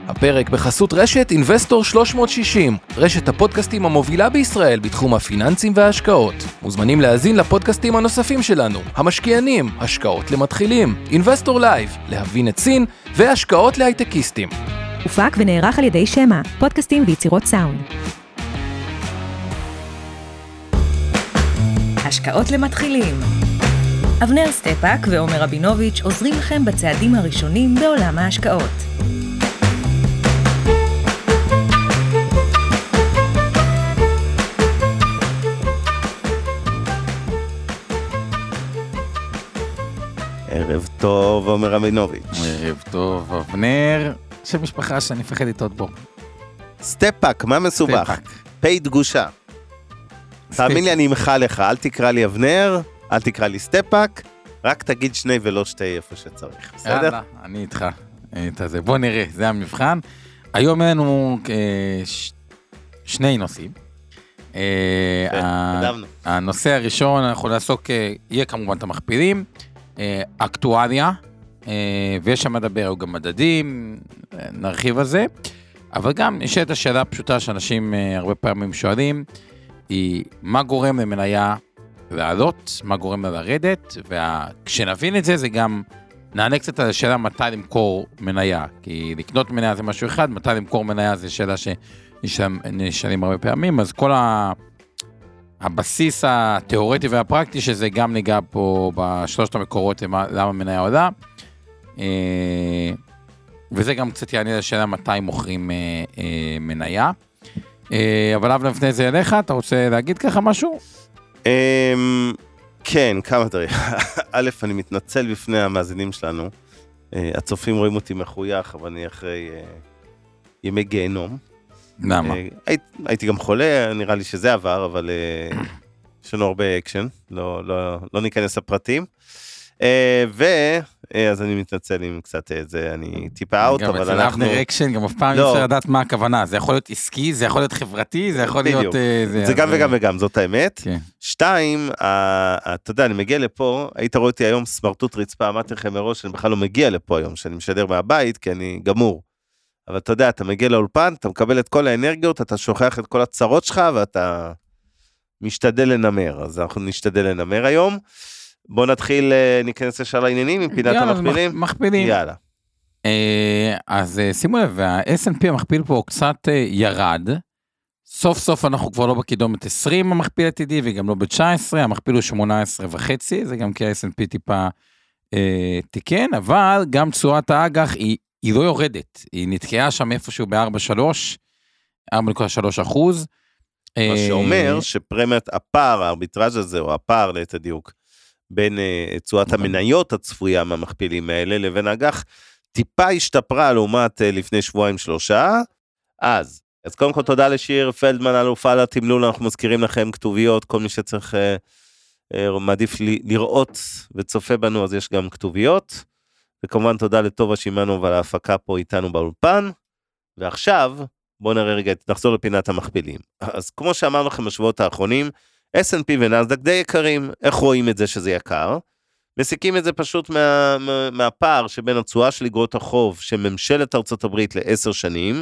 הפרק בחסות רשת Investor 360, רשת הפודקאסטים המובילה בישראל בתחום הפיננסים וההשקעות. מוזמנים להאזין לפודקאסטים הנוספים שלנו, המשקיענים, השקעות למתחילים, Investor Live, להבין את סין והשקעות להייטקיסטים. הופק ונערך על ידי שמה, פודקאסטים ויצירות סאונד. השקעות למתחילים. אבנר סטפאק ועומר רבינוביץ' עוזרים לכם בצעדים הראשונים בעולם ההשקעות. ערב טוב, עומר רבינוביץ'. ערב טוב, אבנר. שם משפחה שאני מפחד לטעות בו. סטפאק, מה מסובך? פי דגושה. תאמין לי, אני אמחה לך, אל תקרא לי אבנר, אל תקרא לי סטפאק, רק תגיד שני ולא שתי איפה שצריך, בסדר? יאללה, אני איתך. בוא נראה, זה המבחן. היום לנו שני נושאים. הנושא הראשון, אנחנו נעסוק, יהיה כמובן את המכפילים, אקטואליה, ויש שם מדבר גם מדדים, נרחיב על זה, אבל גם יש את השאלה הפשוטה שאנשים הרבה פעמים שואלים, היא מה גורם למניה לעלות, מה גורם לה לרדת, וכשנבין את זה, זה גם נענה קצת על השאלה מתי למכור מניה, כי לקנות מניה זה משהו אחד, מתי למכור מניה זה שאלה שנשאלים הרבה פעמים, אז כל הבסיס התיאורטי והפרקטי, שזה גם ניגע פה בשלושת המקורות, למה מניה עולה, וזה גם קצת יענה על השאלה מתי מוכרים מניה. אבל אבנר, לפני זה אליך, אתה רוצה להגיד ככה משהו? כן, כמה דברים. א', אני מתנצל בפני המאזינים שלנו. הצופים רואים אותי מחוייך, אבל אני אחרי ימי גיהנום. למה? הייתי גם חולה, נראה לי שזה עבר, אבל יש לנו הרבה אקשן, לא ניכנס לפרטים. אז אני מתנצל עם קצת זה, אני טיפה אאוט, אבל אנחנו... גם אצל אבנר אקשן, גם אף פעם אי אפשר לדעת מה הכוונה, זה יכול להיות עסקי, זה יכול להיות חברתי, זה יכול להיות... זה גם וגם וגם, זאת האמת. שתיים, אתה יודע, אני מגיע לפה, היית רואה אותי היום סמרטוט רצפה, אמרתי לכם מראש, שאני בכלל לא מגיע לפה היום, שאני משדר מהבית, כי אני גמור. אבל אתה יודע, אתה מגיע לאולפן, אתה מקבל את כל האנרגיות, אתה שוכח את כל הצרות שלך, ואתה משתדל לנמר, אז אנחנו נשתדל לנמר היום. בואו נתחיל, ניכנס ישר לעניינים, עם פינת המכפילים. מכפילים. יאללה. אז שימו לב, ה-S&P המכפיל פה קצת ירד, סוף סוף אנחנו כבר לא בקידומת 20 המכפיל עתידי, וגם לא ב-19, המכפיל הוא 18.5, זה גם כי ה-S&P טיפה תיקן, אבל גם תשואת האג"ח היא לא יורדת, היא נתקעה שם איפשהו ב-4.3%. מה שאומר שפרמיית הפער, הארביטראז' הזה, או הפער לעת הדיוק, בין תשואת המניות הצפויה מהמכפילים האלה, לבין האג"ח, טיפה השתפרה לעומת לפני שבועיים שלושה. אז קודם כל תודה לשיר פלדמן, אלופה על התמלול, אנחנו מזכירים לכם כתוביות, כל מי שצריך מעדיף לראות וצופה בנו, אז יש גם כתוביות. וכמובן תודה לטובה שימנו ועל ההפקה פה איתנו באולפן, ועכשיו בואו נראה רגע, נחזור לפינת המכפילים. אז כמו שאמרנו לכם בשבועות האחרונים, S&P ונסדק די יקרים, איך רואים את זה שזה יקר? מסיקים את זה פשוט מהפער שבין התשואה של אגרות החוב, שממשלת ארצות הברית ל10 שנים,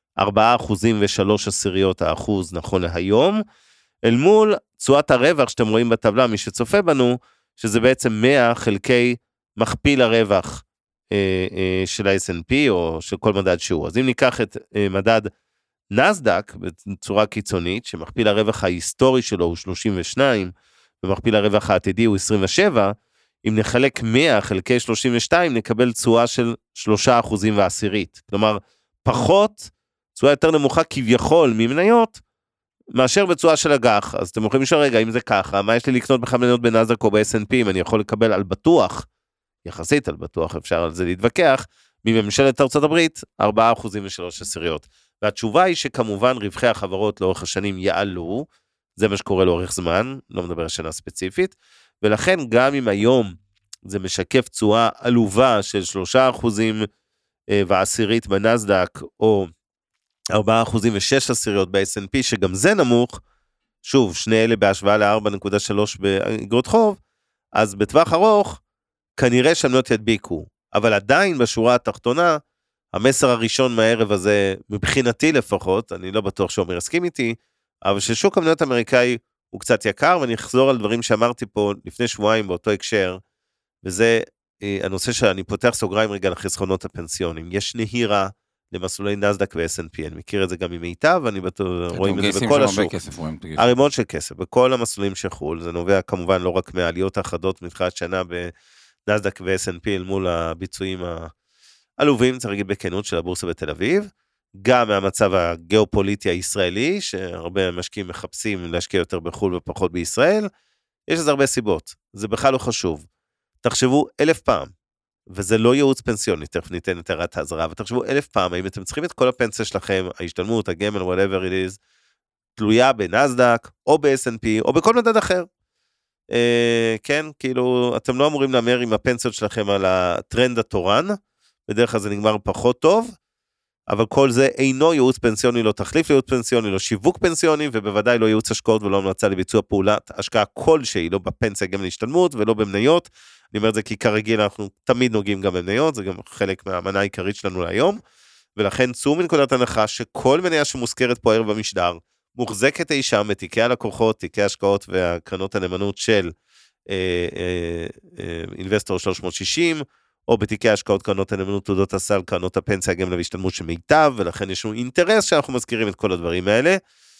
4.3% נכון להיום, אל מול תשואת הרווח שאתם רואים בטבלה, מי שצופה בנו, שזה בעצם 100 חלקי מכפיל הרווח של ה-S&P או של כל מדד שהוא. אז אם ניקח את מדד נסדק בצורה קיצונית, שמכפיל הרווח ההיסטורי שלו הוא 32, ומכפיל הרווח העתידי הוא 27, אם נחלק 100 חלקי 32, נקבל תשואה של 3.10%. כלומר, פחות, תשואה יותר נמוכה כביכול ממניות, מאשר בתשואה של אג"ח. אז אתם יכולים לשאול רגע, אם זה ככה, מה יש לי לקנות בכלל מניות בנסדק או ב-S&P, אם אני יכול לקבל על בטוח, יחסית על בטוח, אפשר על זה להתווכח, מממשלת ארצות הברית, 4.3%. והתשובה היא שכמובן רווחי החברות לאורך השנים יעלו, זה מה שקורה לאורך זמן, לא מדבר על שנה ספציפית, ולכן גם אם היום זה משקף תשואה עלובה של 3.10% בנסדק, או 4.6% ב-S&P, שגם זה נמוך, שוב, שני אלה בהשוואה ל-4.3 באגרות חוב, אז בטווח ארוך, כנראה שהמניות ידביקו, אבל עדיין בשורה התחתונה, המסר הראשון מהערב הזה, מבחינתי לפחות, אני לא בטוח שעומר יסכים איתי, אבל ששוק המניות האמריקאי הוא קצת יקר, ואני אחזור על דברים שאמרתי פה לפני שבועיים באותו הקשר, וזה הנושא שאני פותח סוגריים רגע לחסכונות הפנסיונים. יש נהירה למסלולי נסדק ו-S&P, אני מכיר את זה גם ממיטב, ואני רואים את זה בכל השוק. הרימון של כסף, בכל המסלולים שחול, זה נובע כמובן לא רק מהעליות האחדות מתחילת שנה בנסדק ו-S&P אל מול הביצועים העלובים, צריך להגיד בכנות של הבורסה בתל אביב, גם מהמצב הגיאופוליטי הישראלי, שהרבה משקיעים מחפשים להשקיע יותר בחול ופחות בישראל, יש לזה הרבה סיבות, זה בכלל לא חשוב. תחשבו 1000 פעם, וזה לא ייעוץ פנסיוני, תכף ניתן את הערת האזהרה, ותחשבו 1000 פעם, האם אתם צריכים את כל הפנסיה שלכם, ההשתלמות, הגמל, whatever it is, תלויה בנסדק, או ב-S&P, או בכל מדד אחר. כן, כאילו, אתם לא אמורים לאמר עם הפנסיות שלכם על הטרנד התורן, בדרך כלל זה נגמר פחות טוב, אבל כל זה אינו ייעוץ פנסיוני, לא תחליף לייעוץ פנסיוני, לא שיווק פנסיוני, ובוודאי לא ייעוץ השקעות ולא המלצה לביצוע פעולת השקעה כלשהי, לא בפנסיה גם להשתלמות ולא במניות. אני אומר את זה כי כרגיל אנחנו תמיד נוגעים גם במניות, זה גם חלק מהמנה העיקרית שלנו להיום, ולכן צאו מנקודת הנחה שכל מניה שמוזכרת פה הערב במשדר, מוחזקת אי שם בתיקי הלקוחות, תיקי ההשקעות והקרנות הנאמנות של אינבסטור 360, או בתיקי ההשקעות קרנות הנאמנות, תעודות הסל, קרנות הפנסיה, גם להשתלמות שמיטב, ולכן יש לנו אינטרס שאנחנו מזכירים את כל הדברים האלה,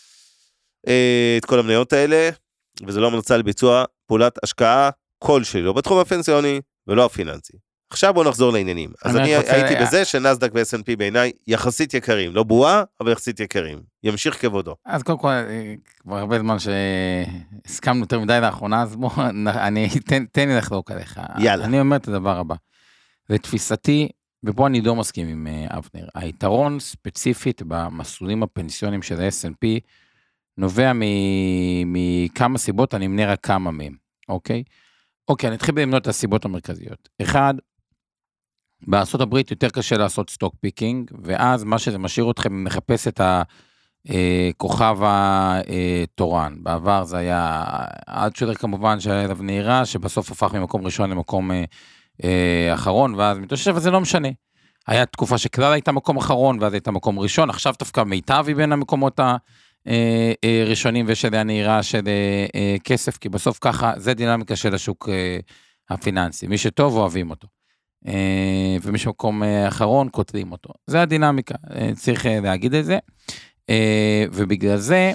את כל המניות האלה, וזה לא המלצה לביצוע פעולת השקעה כלשהי, לא בתחום הפנסיוני ולא הפיננסי. עכשיו בואו נחזור לעניינים. אז אני הייתי בזה שנסדק ו-S&P בעיניי יחסית יקרים, לא בועה, אבל יחסית יקרים. ימשיך כבודו. אז קודם כל, כבר הרבה זמן שהסכמנו יותר מדי לאחרונה, אז בואו, תן לי לחלוק עליך. יאללה. אני אומר את הדבר הבא. לתפיסתי, ופה אני לא מסכים עם אבנר, היתרון ספציפית במסלולים הפנסיונים של ה-S&P, נובע מכמה סיבות, אני אמנה רק כמה מהם, אוקיי? אוקיי, אני אתחיל למנות את הסיבות המרכזיות. אחד, בארצות הברית יותר קשה לעשות סטוק פיקינג, ואז מה שזה משאיר אתכם מחפש את הכוכב התורן. בעבר זה היה עד שולר כמובן שהיה אליו נהירה, שבסוף הפך ממקום ראשון למקום אחרון, ואז מתושב, אבל זה לא משנה. היה תקופה שכלל הייתה מקום אחרון, ואז הייתה מקום ראשון, עכשיו דווקא מיטב היא בין המקומות הראשונים, ויש עליה נהירה של כסף, כי בסוף ככה, זה דינמיקה של השוק הפיננסי. מי שטוב אוהבים אותו. ומי שמקום אחרון כותבים אותו. זה הדינמיקה, צריך להגיד את זה. ובגלל זה,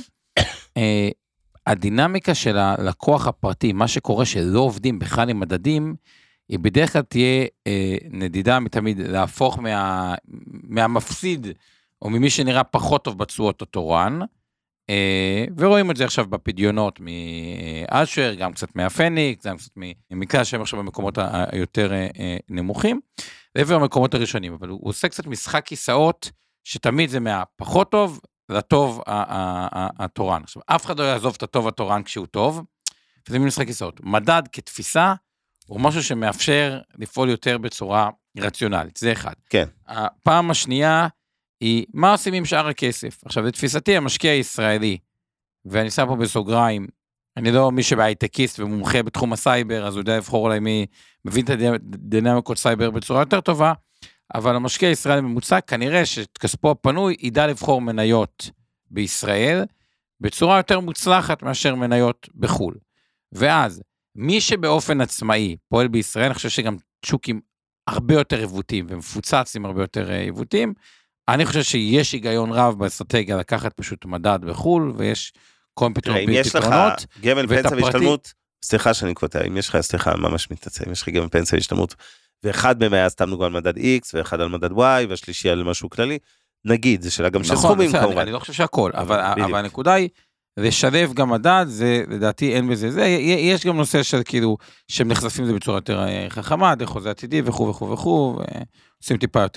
הדינמיקה של הלקוח הפרטי, מה שקורה שלא עובדים בכלל עם מדדים, היא בדרך כלל תהיה נדידה מתמיד להפוך מהמפסיד, או ממי שנראה פחות טוב בתשואות התורן, ורואים את זה עכשיו בפדיונות מאשר, גם קצת מהפניקס, גם קצת מכלל שהם עכשיו במקומות היותר נמוכים, לעבר המקומות הראשונים, אבל הוא עושה קצת משחק כיסאות, שתמיד זה מהפחות טוב, לטוב התורן. עכשיו, אף אחד לא יעזוב את הטוב התורן כשהוא טוב, וזה משחק כיסאות. מדד כתפיסה, הוא משהו שמאפשר לפעול יותר בצורה רציונלית, זה אחד. כן. הפעם השנייה היא, מה עושים עם שאר הכסף? עכשיו, לתפיסתי, המשקיע הישראלי, ואני שם פה בסוגריים, אני לא מי שבהייטקיסט ומומחה בתחום הסייבר, אז הוא יודע לבחור עליי מי מבין את הדינמיקות סייבר בצורה יותר טובה, אבל המשקיע הישראלי ממוצע, כנראה שכספו הפנוי, ידע לבחור מניות בישראל, בצורה יותר מוצלחת מאשר מניות בחול. ואז, מי שבאופן עצמאי פועל בישראל, אני חושב שגם שוקים הרבה יותר עיוותים, ומפוצץ עם הרבה יותר עיוותים, אני חושב שיש היגיון רב באסטרטגיה לקחת פשוט מדד בחול, ויש כל פתרונות. אם יש לך גמל פנסיה והשתלמות, סליחה שאני קוטע, אם יש לך, סליחה, ממש מתעצם, אם יש לך גמל פנסיה והשתלמות, ואחד מהם היה סתם נוגע על מדד X, ואחד על מדד Y, והשלישי על משהו כללי, נגיד, זה שאלה גם של סכומים כמובן. אני לא חושב שהכל, אבל הנקודה היא, לשלב גם מדד, זה לדעתי אין בזה, יש גם נושא של כאילו, שהם נחשפים לזה בצורה יותר חכמה, דרך חוזה עתידי וכו' וכו' וכו', ועושים טיפה יותר.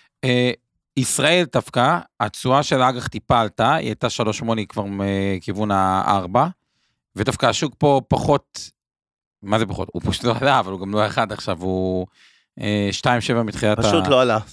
ישראל דווקא, התשואה של האג"ח טיפה עלתה, היא הייתה 3.8 כבר מכיוון ה-4, ודווקא השוק פה פחות, מה זה פחות? הוא פשוט לא עלה, אבל הוא גם לא אחד עכשיו, הוא 2.7 מתחילת פשוט לא עלה,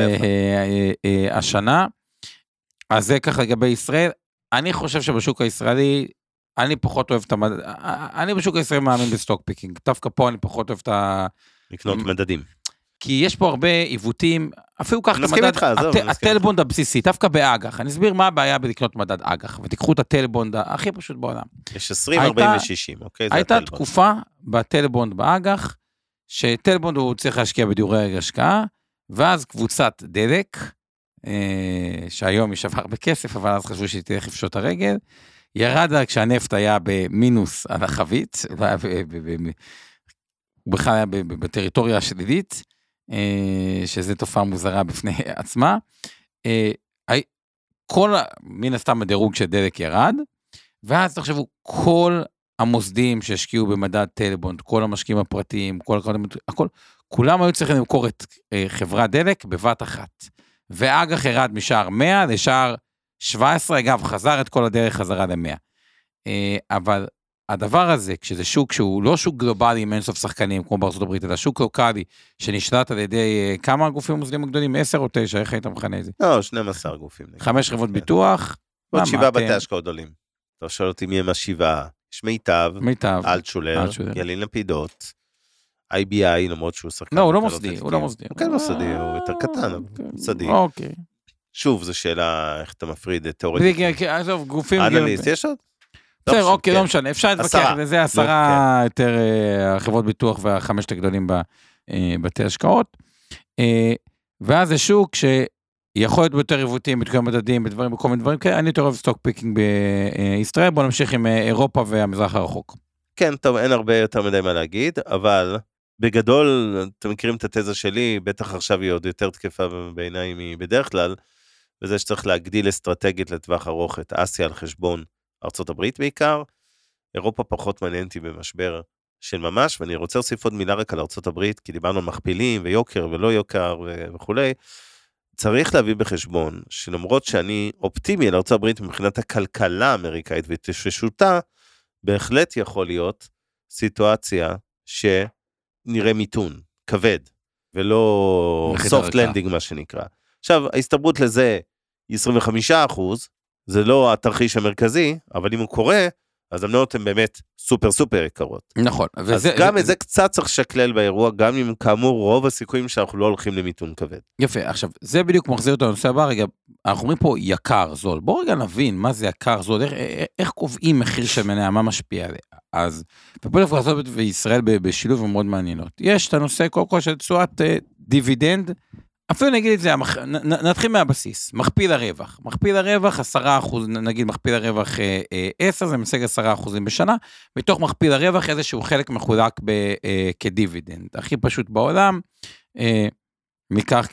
השנה. אז זה ככה לגבי ישראל, אני חושב שבשוק הישראלי, אני פחות אוהב את המדד, אני בשוק הישראלי מאמין בסטוק פיקינג, דווקא פה אני פחות אוהב את לקנות מדדים. כי יש פה הרבה עיוותים, אפילו כך מסכים איתך, הטלבונד הבסיסי, דווקא באג"ח, אני אסביר מה הבעיה בלקנות מדד אג"ח, ותיקחו את הטלבונד הכי פשוט בעולם. יש 20, 40 ו-60, אוקיי? הייתה תקופה בטלבונד באג"ח, שטלבונד הוא צריך להשקיע בדיורי השקעה, ואז קבוצת דלק, שהיום יש הרבה כסף, אבל אז חשבו שהיא תלך לפשוט הרגל, ירד כשהנפט היה במינוס על החבית, בכלל היה בטריטוריה השלילית, שזו תופעה מוזרה בפני עצמה, מן הסתם הדירוג של דלק ירד, ואז תחשבו, כל המוסדים שהשקיעו במדד טלבונד, כל המשקיעים הפרטיים, כולם היו צריכים למכור את חברת דלק בבת אחת, ואג"ח ירד משער 100 לשער 17, אגב, חזר את כל הדרך חזרה ל-100. אבל הדבר הזה, כשזה שוק שהוא לא שוק גלובלי עם אינסוף שחקנים, כמו בארצות הברית, אלא שוק לוקלי, שנשלט על ידי כמה גופים מוסדיים הגדולים, 10 או 9, איך היית מכנה את זה? לא, 12 גופים. 5 חברות ביטוח. עוד 7 בתי השקעות עולים. אתה שואל אותי מי הם השבעה, יש מיטב, אלטשולר, ילין לפידות, IBI, למרות שהוא שחקן. לא, הוא לא מוסדי, הוא לא מוסדי. הוא כן מוסדי, הוא יותר קטן, אבל מוסדי. אוקיי. שוב, זו שאלה איך אתה מפריד את תיאורטית. עזוב, גופים... אנליסט, יש עוד? בסדר, אוקיי, לא משנה, אפשר להתווכח, זה 10 יותר החברות ביטוח והחמשת הגדולים בבתי השקעות, ואז זה שוק שיכול להיות ביותר עיוותים, בתקועים מדדים, בדברים, בכל מיני דברים, אני יותר אוהב סטוק פיקינג בישראל, בואו נמשיך עם אירופה והמזרח הרחוק. כן, טוב, אין הרבה יותר מדי מה להגיד, אבל בגדול, אתם מכירים את התזה שלי, בטח עכשיו היא עוד יותר תקפה בעיניי מבדרך כלל, וזה שצריך להגדיל אסטרטגית לטווח ארוך את אסיה על חשבון ארצות הברית בעיקר, אירופה פחות מעניינתי במשבר של ממש, ואני רוצה להוסיף עוד מילה רק על ארצות הברית, כי דיברנו על מכפילים ויוקר ולא יוקר וכו'. צריך להביא בחשבון שלמרות שאני אופטימי על ארצות הברית מבחינת הכלכלה האמריקאית ותששותה, בהחלט יכול להיות סיטואציה שנראה מיתון, כבד, ולא soft landing מה שנקרא. עכשיו, ההסתברות לזה היא 25%, זה לא התרחיש המרכזי, אבל אם הוא קורה, אז המניות הן באמת סופר סופר יקרות. נכון. אז גם את זה קצת צריך שקלל באירוע, גם אם כאמור רוב הסיכויים שאנחנו לא הולכים למיתון כבד. יפה, עכשיו, זה בדיוק מחזיר אותנו לנושא הבא, רגע, אנחנו אומרים פה יקר זול, בואו רגע נבין מה זה יקר זול, איך קובעים מחיר של מניה, מה משפיע עליה. אז, ופה דווקא לעשות בישראל בשילוב מאוד מעניינות. יש את הנושא קודם כל של תשואת דיבידנד, אפילו נגיד את זה, נתחיל מהבסיס, מכפיל הרווח, 10%, נגיד מכפיל הרווח 10, זה משג 10% בשנה, מתוך מכפיל הרווח איזשהו חלק מחולק כדיבידנד, הכי פשוט בעולם, מכך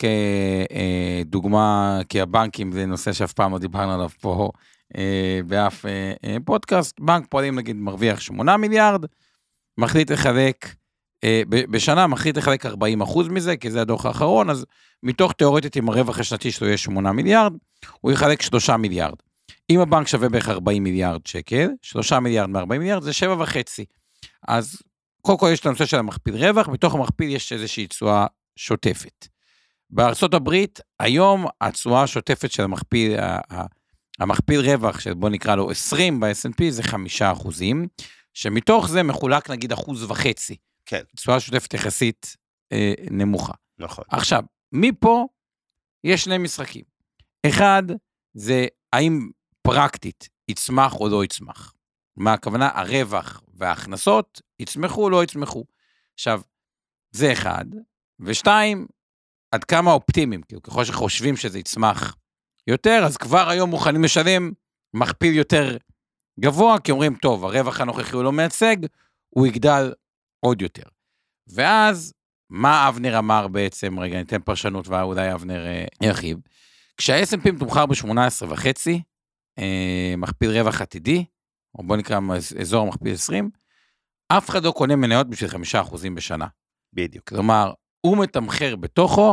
כדוגמה, כי הבנקים זה נושא שאף פעם לא דיברנו עליו פה, באף פודקאסט, בנק פועלים נגיד מרוויח 8 מיליארד, מחליט לחלק, בשנה מחליט לחלק 40% מזה, כי זה הדוח האחרון, אז מתוך תיאורטית עם הרווח השנתי שלו יש 8 מיליארד, הוא יחלק 3 מיליארד. אם הבנק שווה בערך 40 מיליארד שקל, 3 מיליארד מ-40 מיליארד זה 7.5. אז קודם כל יש את הנושא של המכפיל רווח, בתוך המכפיל יש איזושהי תשואה שוטפת. בארצות הברית, היום התשואה השוטפת של המכפיל רווח, שבוא נקרא לו 20 ב-S&P זה 5%, שמתוך זה מחולק נגיד 1.5%. כן. תשואה שוטפת יחסית נמוכה. נכון. עכשיו, מפה יש שני משחקים. אחד, זה האם פרקטית יצמח או לא יצמח. מה הכוונה? הרווח וההכנסות יצמחו או לא יצמחו. עכשיו, זה אחד. ושתיים, עד כמה אופטימיים, כי ככל שחושבים שזה יצמח יותר, אז כבר היום מוכנים לשלם מכפיל יותר גבוה, כי אומרים, טוב, הרווח הנוכחי הוא לא מייצג, הוא יגדל עוד יותר. ואז, מה אבנר אמר בעצם, רגע, ניתן פרשנות, ואולי אבנר ירחיב, כשה-S&P מתומחר ב-18.5, מכפיל רווח עתידי, או בוא נקרא אזור מכפיל 20, אף אחד לא קונה מניות בשביל 5% בשנה. בדיוק. כלומר, הוא מתמחר בתוכו,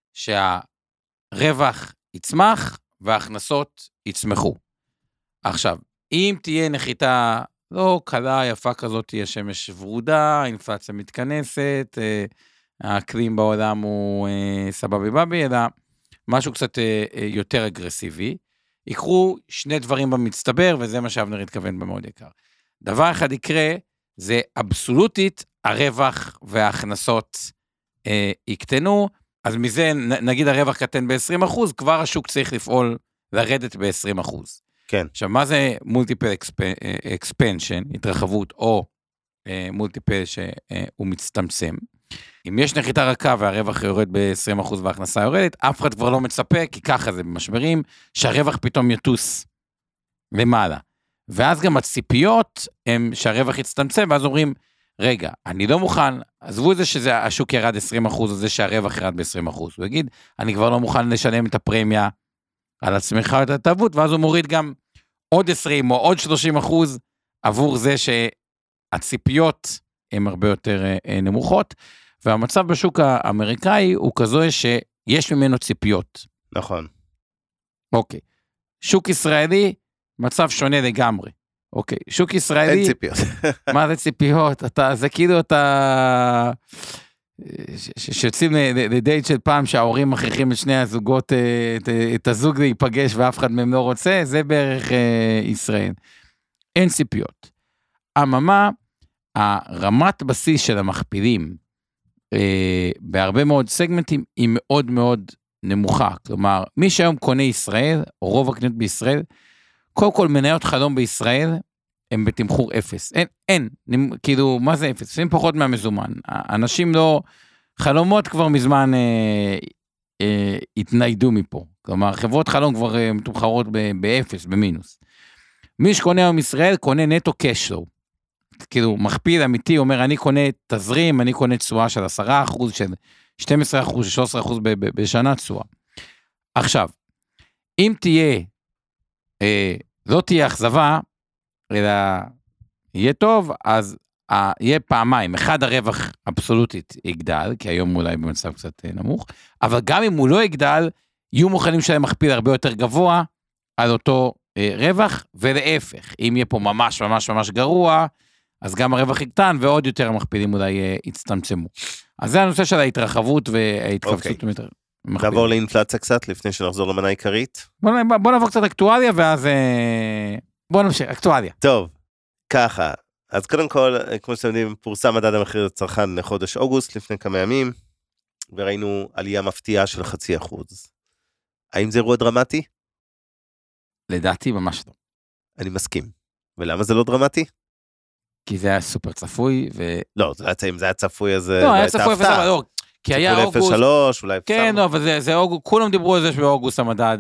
שהרווח יצמח, וההכנסות יצמחו. עכשיו, אם תהיה נחיתה לא קלה, יפה כזאת, תהיה שמש ורודה, האינפלציה מתכנסת, האקלים בעולם הוא סבבי בבי, אלא משהו קצת יותר אגרסיבי, יקרו שני דברים במצטבר, וזה מה שאבנר התכוון במאוד יקר. דבר אחד יקרה, זה אבסולוטית, הרווח וההכנסות יקטנו, אז מזה נגיד הרווח קטן ב-20%, כבר השוק צריך לפעול, לרדת ב-20%. כן. עכשיו, מה זה מולטיפל אקספנשן, התרחבות, או מולטיפל שהוא מצטמצם? אם יש נחיתה רכה והרווח יורד ב-20% וההכנסה יורדת, אף אחד כבר לא מצפה, כי ככה זה במשברים, שהרווח פתאום יטוס למעלה. ואז גם הציפיות הם שהרווח יצטמצם, ואז אומרים, רגע, אני לא מוכן, עזבו את זה שהשוק ירד 20%, או זה שהרווח ירד ב-20%. הוא יגיד, אני כבר לא מוכן לשלם את הפרמיה על הצמיחה או את התרבות, ואז הוא מוריד גם עוד 20 או עוד 30% עבור זה שהציפיות הן הרבה יותר נמוכות, והמצב בשוק האמריקאי הוא כזו שיש ממנו ציפיות. נכון. אוקיי. שוק ישראלי, מצב שונה לגמרי. אוקיי. שוק ישראלי... אין ציפיות. מה זה ציפיות? זה כאילו אתה... שיוצאים לדייט של פעם שההורים מכריחים את שני הזוגות, את הזוג להיפגש ואף אחד מהם לא רוצה, זה בערך ישראל. אין ציפיות. אממה, הרמת בסיס של המכפילים, בהרבה מאוד סגמנטים, היא מאוד מאוד נמוכה. כלומר, מי שהיום קונה ישראל, או רוב הקניות בישראל, קודם כל מניות חלום בישראל, הם בתמחור אפס. אין, כאילו, מה זה אפס? עושים פחות מהמזומן. אנשים לא, חלומות כבר מזמן התניידו מפה. כלומר, חברות חלום כבר מתומחרות באפס, במינוס. מי שקונה היום ישראל, קונה נטו קשלו. כאילו, מכפיל אמיתי, אומר, אני קונה תזרים, אני קונה תשואה של 10%, של 12%, של 13% בשנה תשואה. עכשיו, אם תהיה, לא תהיה אכזבה, אלא יהיה טוב, אז יהיה פעמיים, אחד הרווח אבסולוטית יגדל, כי היום אולי במצב קצת נמוך, אבל גם אם הוא לא יגדל, יהיו מוכנים שלהם מכפיל הרבה יותר גבוה, על אותו רווח, ולהפך, אם יהיה פה ממש ממש ממש גרוע, אז גם הרווח יקטן, ועוד יותר המכפילים אולי יצטמצמו. אז זה הנושא של ההתרחבות וההתכווצות. נעבור לאינפלציה קצת, לפני שנחזור למנה העיקרית. בוא נעבור קצת אקטואליה, ואז בוא נמשיך, אקטואליה. טוב, ככה. אז קודם כל, כמו שאתם יודעים, פורסם מדד המחיר לצרכן לחודש אוגוסט, לפני כמה ימים, וראינו עלייה מפתיעה של 0.5%. האם זה אירוע דרמטי? לדעתי ממש לא. אני מסכים. ולמה זה לא דרמטי? כי זה היה סופר צפוי, לא, אם זה היה צפוי, אז לא, היה צפוי, אבל לא, כי היה אוגוסט... 0.3, אולי... כן, לא, אבל זה אוגוסט, כולם דיברו על זה שבאוגוסט המדד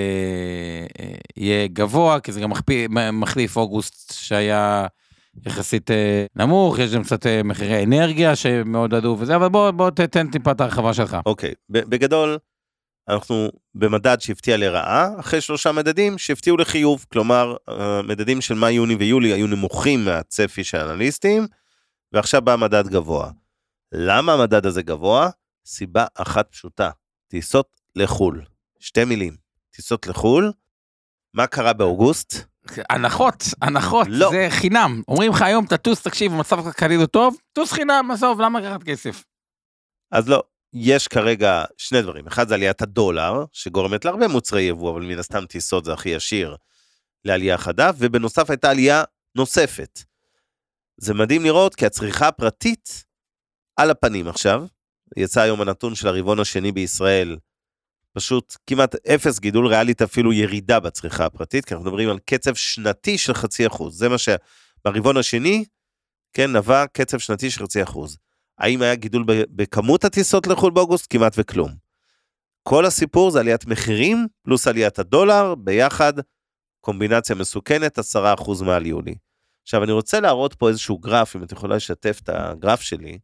יהיה גבוה, כי זה גם מחליף אוגוסט שהיה יחסית נמוך, יש גם קצת מחירי אנרגיה שמאוד עדו וזה, אבל בוא תתן טיפה את הרחבה שלך. אוקיי, בגדול, אנחנו במדד שהפתיע לרעה, אחרי 3 מדדים שהפתיעו לחיוב, כלומר, מדדים של מאי, יוני ויולי היו נמוכים מהצפי של האנליסטים, ועכשיו בא מדד גבוה. למה המדד הזה גבוה? סיבה אחת פשוטה, טיסות לחול. 2 מילים, טיסות לחול, מה קרה באוגוסט? הנחות, לא. זה חינם. אומרים לך היום, תטוס, תקשיב, המצב כלכלי לא טוב, טוס חינם, עזוב, למה לקחת כסף? אז לא. יש כרגע 2 דברים, אחד זה עליית הדולר, שגורמת להרבה מוצרי יבוא, אבל מן הסתם טיסות זה הכי ישיר לעלייה חדה, ובנוסף הייתה עלייה נוספת. זה מדהים לראות, כי הצריכה הפרטית על הפנים עכשיו, יצא היום הנתון של הרבעון השני בישראל, פשוט כמעט 0 גידול ריאלית, אפילו ירידה בצריכה הפרטית, כי אנחנו מדברים על קצב שנתי של 0.5%, זה מה שברבעון השני, כן, נבע קצב שנתי של 0.5%. האם היה גידול בכמות הטיסות לחול באוגוסט? כמעט וכלום. כל הסיפור זה עליית מחירים, פלוס עליית הדולר, ביחד, קומבינציה מסוכנת, 10% מעל יולי. עכשיו, אני רוצה להראות פה איזשהו גרף, אם את יכולה לשתף את הגרף שלי.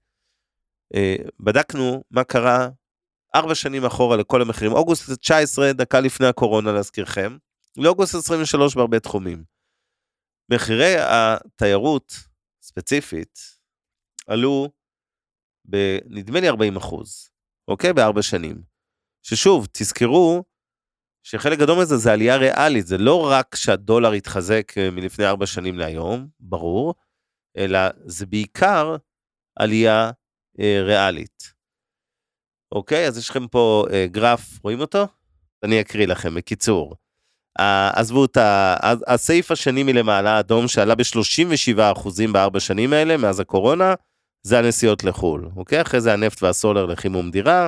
בדקנו מה קרה 4 שנים אחורה לכל המחירים. אוגוסט 19, דקה לפני הקורונה, להזכירכם. לאוגוסט 23 בהרבה תחומים. מחירי התיירות, ספציפית, עלו בנדמה לי 40%, אוקיי? ב4 שנים. ששוב, תזכרו שחלק גדול מזה זה עלייה ריאלית, זה לא רק שהדולר התחזק מלפני 4 שנים להיום, ברור, אלא זה בעיקר עלייה ריאלית. אוקיי? אז יש לכם פה גרף, רואים אותו? אני אקריא לכם, בקיצור. עזבו את הסעיף השני מלמעלה, האדום, שעלה ב37% ב4 שנים האלה, מאז הקורונה, זה הנסיעות לחול, אוקיי? אחרי זה הנפט והסולר לחימום דירה,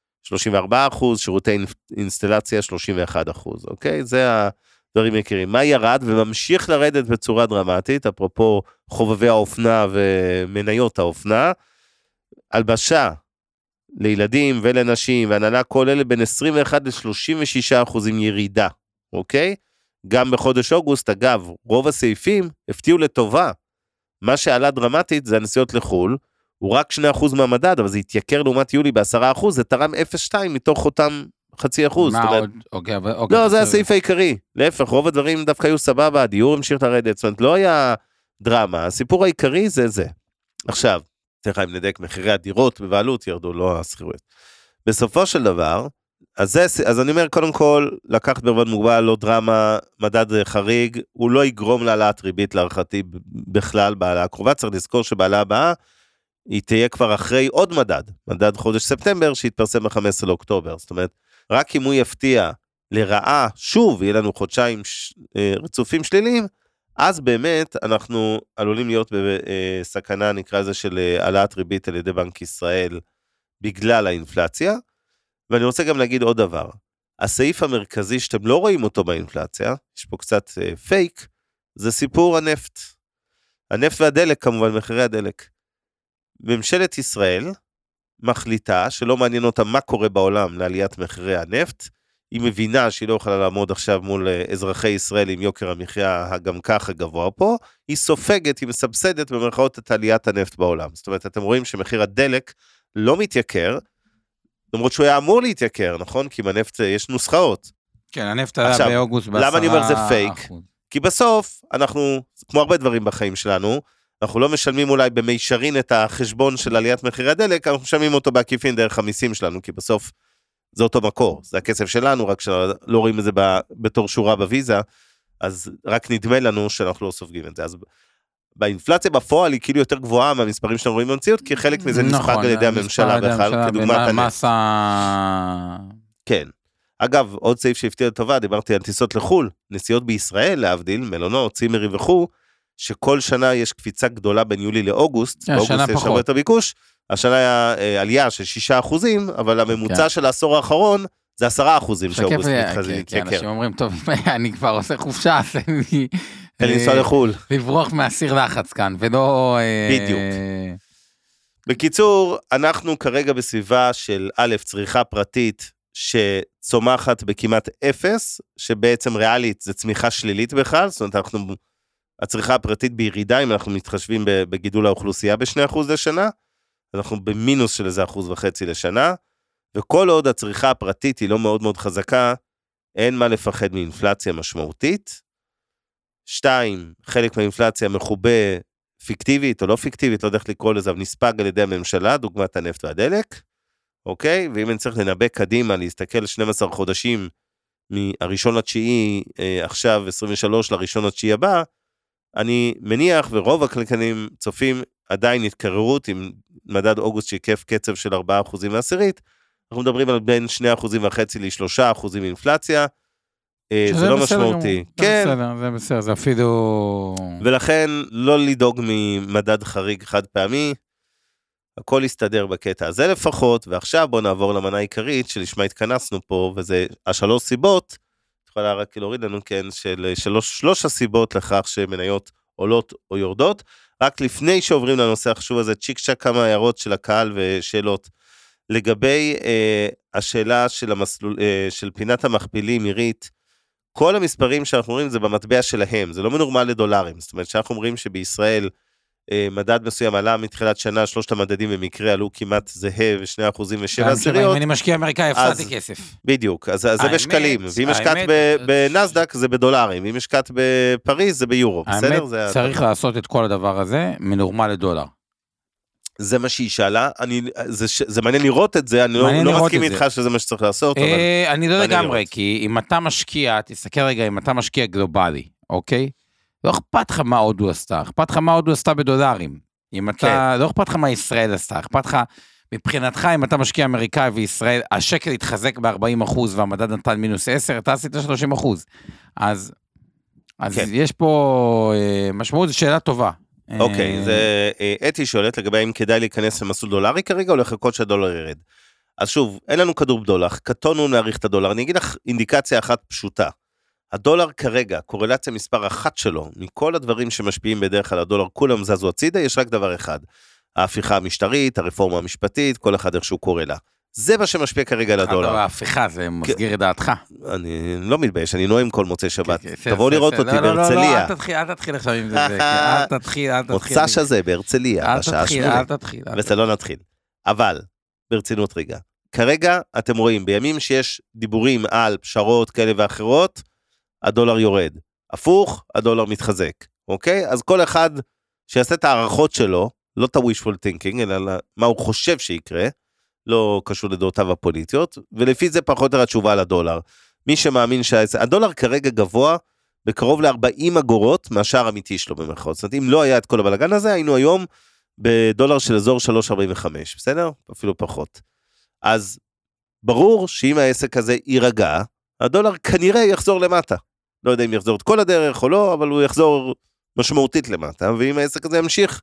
34%, שירותי אינסטלציה 31%, אוקיי? זה הדברים יקרים. מה ירד וממשיך לרדת בצורה דרמטית, אפרופו חובבי האופנה ומניות האופנה, הלבשה לילדים ולנשים והנהלה, כל אלה בין 21 ל-36% ירידה, אוקיי? גם בחודש אוגוסט, אגב, רוב הסעיפים הפתיעו לטובה. מה שעלה דרמטית זה הנסיעות לחול, הוא רק 2% מהמדד, אבל זה התייקר לעומת יולי ב10%, זה תרם 0.2 מתוך אותם 0.5%. מה עוד? אוקיי, לא, זה הסעיף העיקרי. להפך, רוב הדברים דווקא היו סבבה, הדיור המשיך לרדת, זאת אומרת, לא היה דרמה, הסיפור העיקרי זה זה. עכשיו, תכף אם נדק, מחירי הדירות בבעלות ירדו, לא הסחירויות. בסופו של דבר, אז אני אומר, קודם כל, לקחת בערבון מוגבל, לא דרמה, מדד חריג, הוא לא יגרום להעלאת ריבית להערכתי בכלל בעלה הקרובה, צריך לזכור שבעלה הבאה, היא תהיה כבר אחרי עוד מדד חודש ספטמבר, שיתפרסם ב-15 לאוקטובר, זאת אומרת, רק אם הוא יפתיע לרעה, שוב, יהיה לנו חודשיים רצופים שליליים, אז באמת אנחנו עלולים להיות בסכנה, נקרא לזה, של העלאת ריבית על ידי בנק ישראל, בגלל האינפלציה, ואני רוצה גם להגיד עוד דבר, הסעיף המרכזי שאתם לא רואים אותו באינפלציה, יש פה קצת פייק, זה סיפור הנפט. הנפט והדלק כמובן, מחירי הדלק. ממשלת ישראל מחליטה שלא מעניין אותה מה קורה בעולם לעליית מחירי הנפט, היא מבינה שהיא לא יכולה לעמוד עכשיו מול אזרחי ישראל עם יוקר המחיה גם ככה גבוה פה, היא סופגת, היא מסבסדת במרכאות את עליית הנפט בעולם. זאת אומרת, אתם רואים שמחיר הדלק לא מתייקר, למרות שהוא היה אמור להתייקר, נכון? כי עם הנפט יש נוסחאות. כן, הנפט עלה באוגוסט ב10%. למה אני אומר זה פייק? כי בסוף, אנחנו, כמו הרבה דברים בחיים שלנו, אנחנו לא משלמים אולי במישרין את החשבון של עליית מחירי הדלק, אנחנו משלמים אותו בעקיפין דרך המיסים שלנו, כי בסוף זה אותו מקור, זה הכסף שלנו, רק שלא רואים את זה בתור שורה בוויזה, אז רק נדמה לנו שאנחנו לא סופגים את זה. אז באינפלציה בפועל היא כאילו יותר גבוהה מהמספרים שאנחנו רואים במציאות, כי חלק מזה נספג על ידי הממשלה בכלל, כדוגמת הנפט. כן. אגב, עוד סעיף שהפתיע לטובה, דיברתי על טיסות לחול, נסיעות בישראל, להבדיל, מלונות, צימרים וכו', שכל שנה יש קפיצה גדולה בין יולי לאוגוסט, באוגוסט יש הרבה יותר ביקוש, השנה היה עלייה של 6%, אבל הממוצע של העשור האחרון, זה 10% שאוגוסט מתייקר. אנשים אומרים, טוב, אני כבר עושה חופשה, תן לנסוע לחול. לברוח מהסיר לחץ כאן, ולא... בדיוק. בקיצור, אנחנו כרגע בסביבה של א', צריכה פרטית, שצומחת בכמעט 0, שבעצם ריאלית זה צמיחה שלילית בכלל, זאת אומרת, הצריכה הפרטית בירידה, אם אנחנו מתחשבים בגידול האוכלוסייה ב2% לשנה, אנחנו במינוס של איזה 1.5% לשנה, וכל עוד הצריכה הפרטית היא לא מאוד מאוד חזקה, אין מה לפחד מאינפלציה משמעותית. 2, חלק מהאינפלציה מחובה פיקטיבית או לא פיקטיבית, לא יודע איך לקרוא לזה, אבל נספג על ידי הממשלה, דוגמת הנפט והדלק, אוקיי? ואם אני צריך לנבא קדימה, להסתכל 12 חודשים, מהראשון לתשיעי, עכשיו 23 לראשון לתשיעי הבא, אני מניח, ורוב הכלכלנים צופים עדיין התקררות עם מדד אוגוסט שיקף קצב של 4% מעשירית, אנחנו מדברים על בין 2.5% ל3% אינפלציה, זה לא משמעותי. כן. זה בסדר, זה אפילו... ולכן לא לדאוג ממדד חריג חד פעמי, הכל יסתדר בקטע הזה לפחות, ועכשיו בואו נעבור למנה העיקרית שלשמה התכנסנו פה, וזה 3 סיבות, יכולה רק להוריד לנו, כן, של 3 הסיבות לכך שמניות עולות או יורדות. רק לפני שעוברים לנושא החשוב הזה, צ'יק צ'ק כמה הערות של הקהל ושאלות. לגבי השאלה של פינת המכפילים, מירית, כל המספרים שאנחנו אומרים זה במטבע שלהם, זה לא מנורמל לדולרים. זאת אומרת שאנחנו אומרים שבישראל מדד מסוים עלה מתחילת שנה, 3 המדדים במקרה עלו כמעט זהה ו2% ו7 אם אני משקיע אמריקאי, הפסדתי כסף. בדיוק, אז זה בשקלים, ואם השקעת בנסדק זה בדולרים, אם השקעת בפריז זה ביורו, בסדר? האמת, צריך לעשות את כל הדבר הזה מנורמל לדולר. זה מה שהיא שאלה, זה מעניין לראות את זה, אני לא מסכים איתך שזה מה שצריך לעשות, אבל... אני לא לגמרי, כי אם אתה משקיע, תסתכל רגע, אם אתה משקיע גלובלי, אוקיי? לא אכפת לך מה הודו עשתה, אכפת לך מה הודו עשתה בדולרים. אם אתה, לא אכפת לך מה ישראל עשתה, אכפת לך, מבחינתך, אם אתה משקיע אמריקאי וישראל, השקל התחזק ב-40% והמדד נתן מינוס 10, אתה עשית 30%. אז יש פה משמעות, זו שאלה טובה. אוקיי, זה אתי שואלת לגבי אם כדאי להיכנס למסלול דולרי כרגע, או לחכות שהדולר ירד. אז שוב, אין לנו כדור בדולח, קטונו להעריך את הדולר. אני אגיד לך אינדיקציה אחת פשוטה. הדולר כרגע, קורלציה מספר אחת שלו, מכל הדברים שמשפיעים בדרך כלל הדולר, כולם זזו הצידה, יש רק דבר אחד. ההפיכה המשטרית, הרפורמה המשפטית, כל אחד איך שהוא קורא לה. זה מה שמשפיע כרגע על הדולר. ההפיכה, זה מסגיר את דעתך. אני לא מתבייש, אני נועם כל מוצאי שבת. תבואו לראות אותי בהרצליה. אל תתחיל עכשיו עם זה, אל תתחיל. מוצא שזה בהרצליה, בשעה 8. אל תתחיל. וזה לא נתחיל. אבל, ברצינות רגע, כרגע אתם רואים, בימים שיש דיבורים על פשרות כאלה ואחרות, הדולר יורד. הפוך, הדולר מתחזק. אוקיי? אז כל אחד שיעשה את הערכות שלו, לא את ה-wishful thinking, אלא מה הוא חושב שיקרה, לא קשור לדעותיו הפוליטיות, ולפי זה פחות או יותר התשובה על הדולר. מי שמאמין שהדולר כרגע גבוה, בקרוב ל-40 אגורות מהשער אמיתי שלו במרכאות. זאת אומרת, אם לא היה את כל הבלגן הזה, היינו היום בדולר של אזור 3.45, בסדר? אפילו פחות. אז ברור שאם העסק הזה יירגע, הדולר כנראה יחזור למטה. לא יודע אם יחזור את כל הדרך או לא, אבל הוא יחזור משמעותית למטה, ואם העסק הזה ימשיך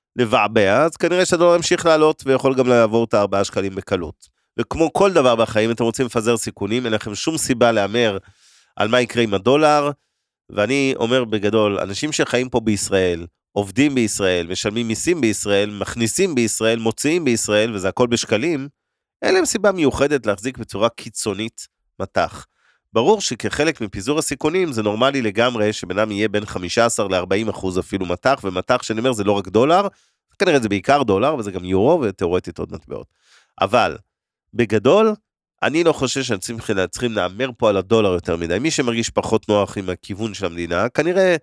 לבעבע, אז כנראה שהדולר ימשיך לעלות, ויכול גם לעבור את 4 שקלים בקלות. וכמו כל דבר בחיים, אתם רוצים לפזר סיכונים, אין לכם שום סיבה לאמר על מה יקרה עם הדולר, ואני אומר בגדול, אנשים שחיים פה בישראל, עובדים בישראל, משלמים מיסים בישראל, מכניסים בישראל, מוציאים בישראל, וזה הכל בשקלים, אין להם סיבה מיוחדת להחזיק בצורה קיצונית מתח. ברור שכחלק מפיזור הסיכונים, זה נורמלי לגמרי שבנם יהיה בין 15 ל-40% אפילו מתח, ומתח שאני אומר זה לא רק דולר, כנראה זה בעיקר דולר, וזה גם יורו, ותיאורטית עוד מטבעות. אבל, בגדול, אני לא חושב צריכים לאמר פה על הדולר יותר מדי. מי שמרגיש פחות נוח עם הכיוון של המדינה, כנראה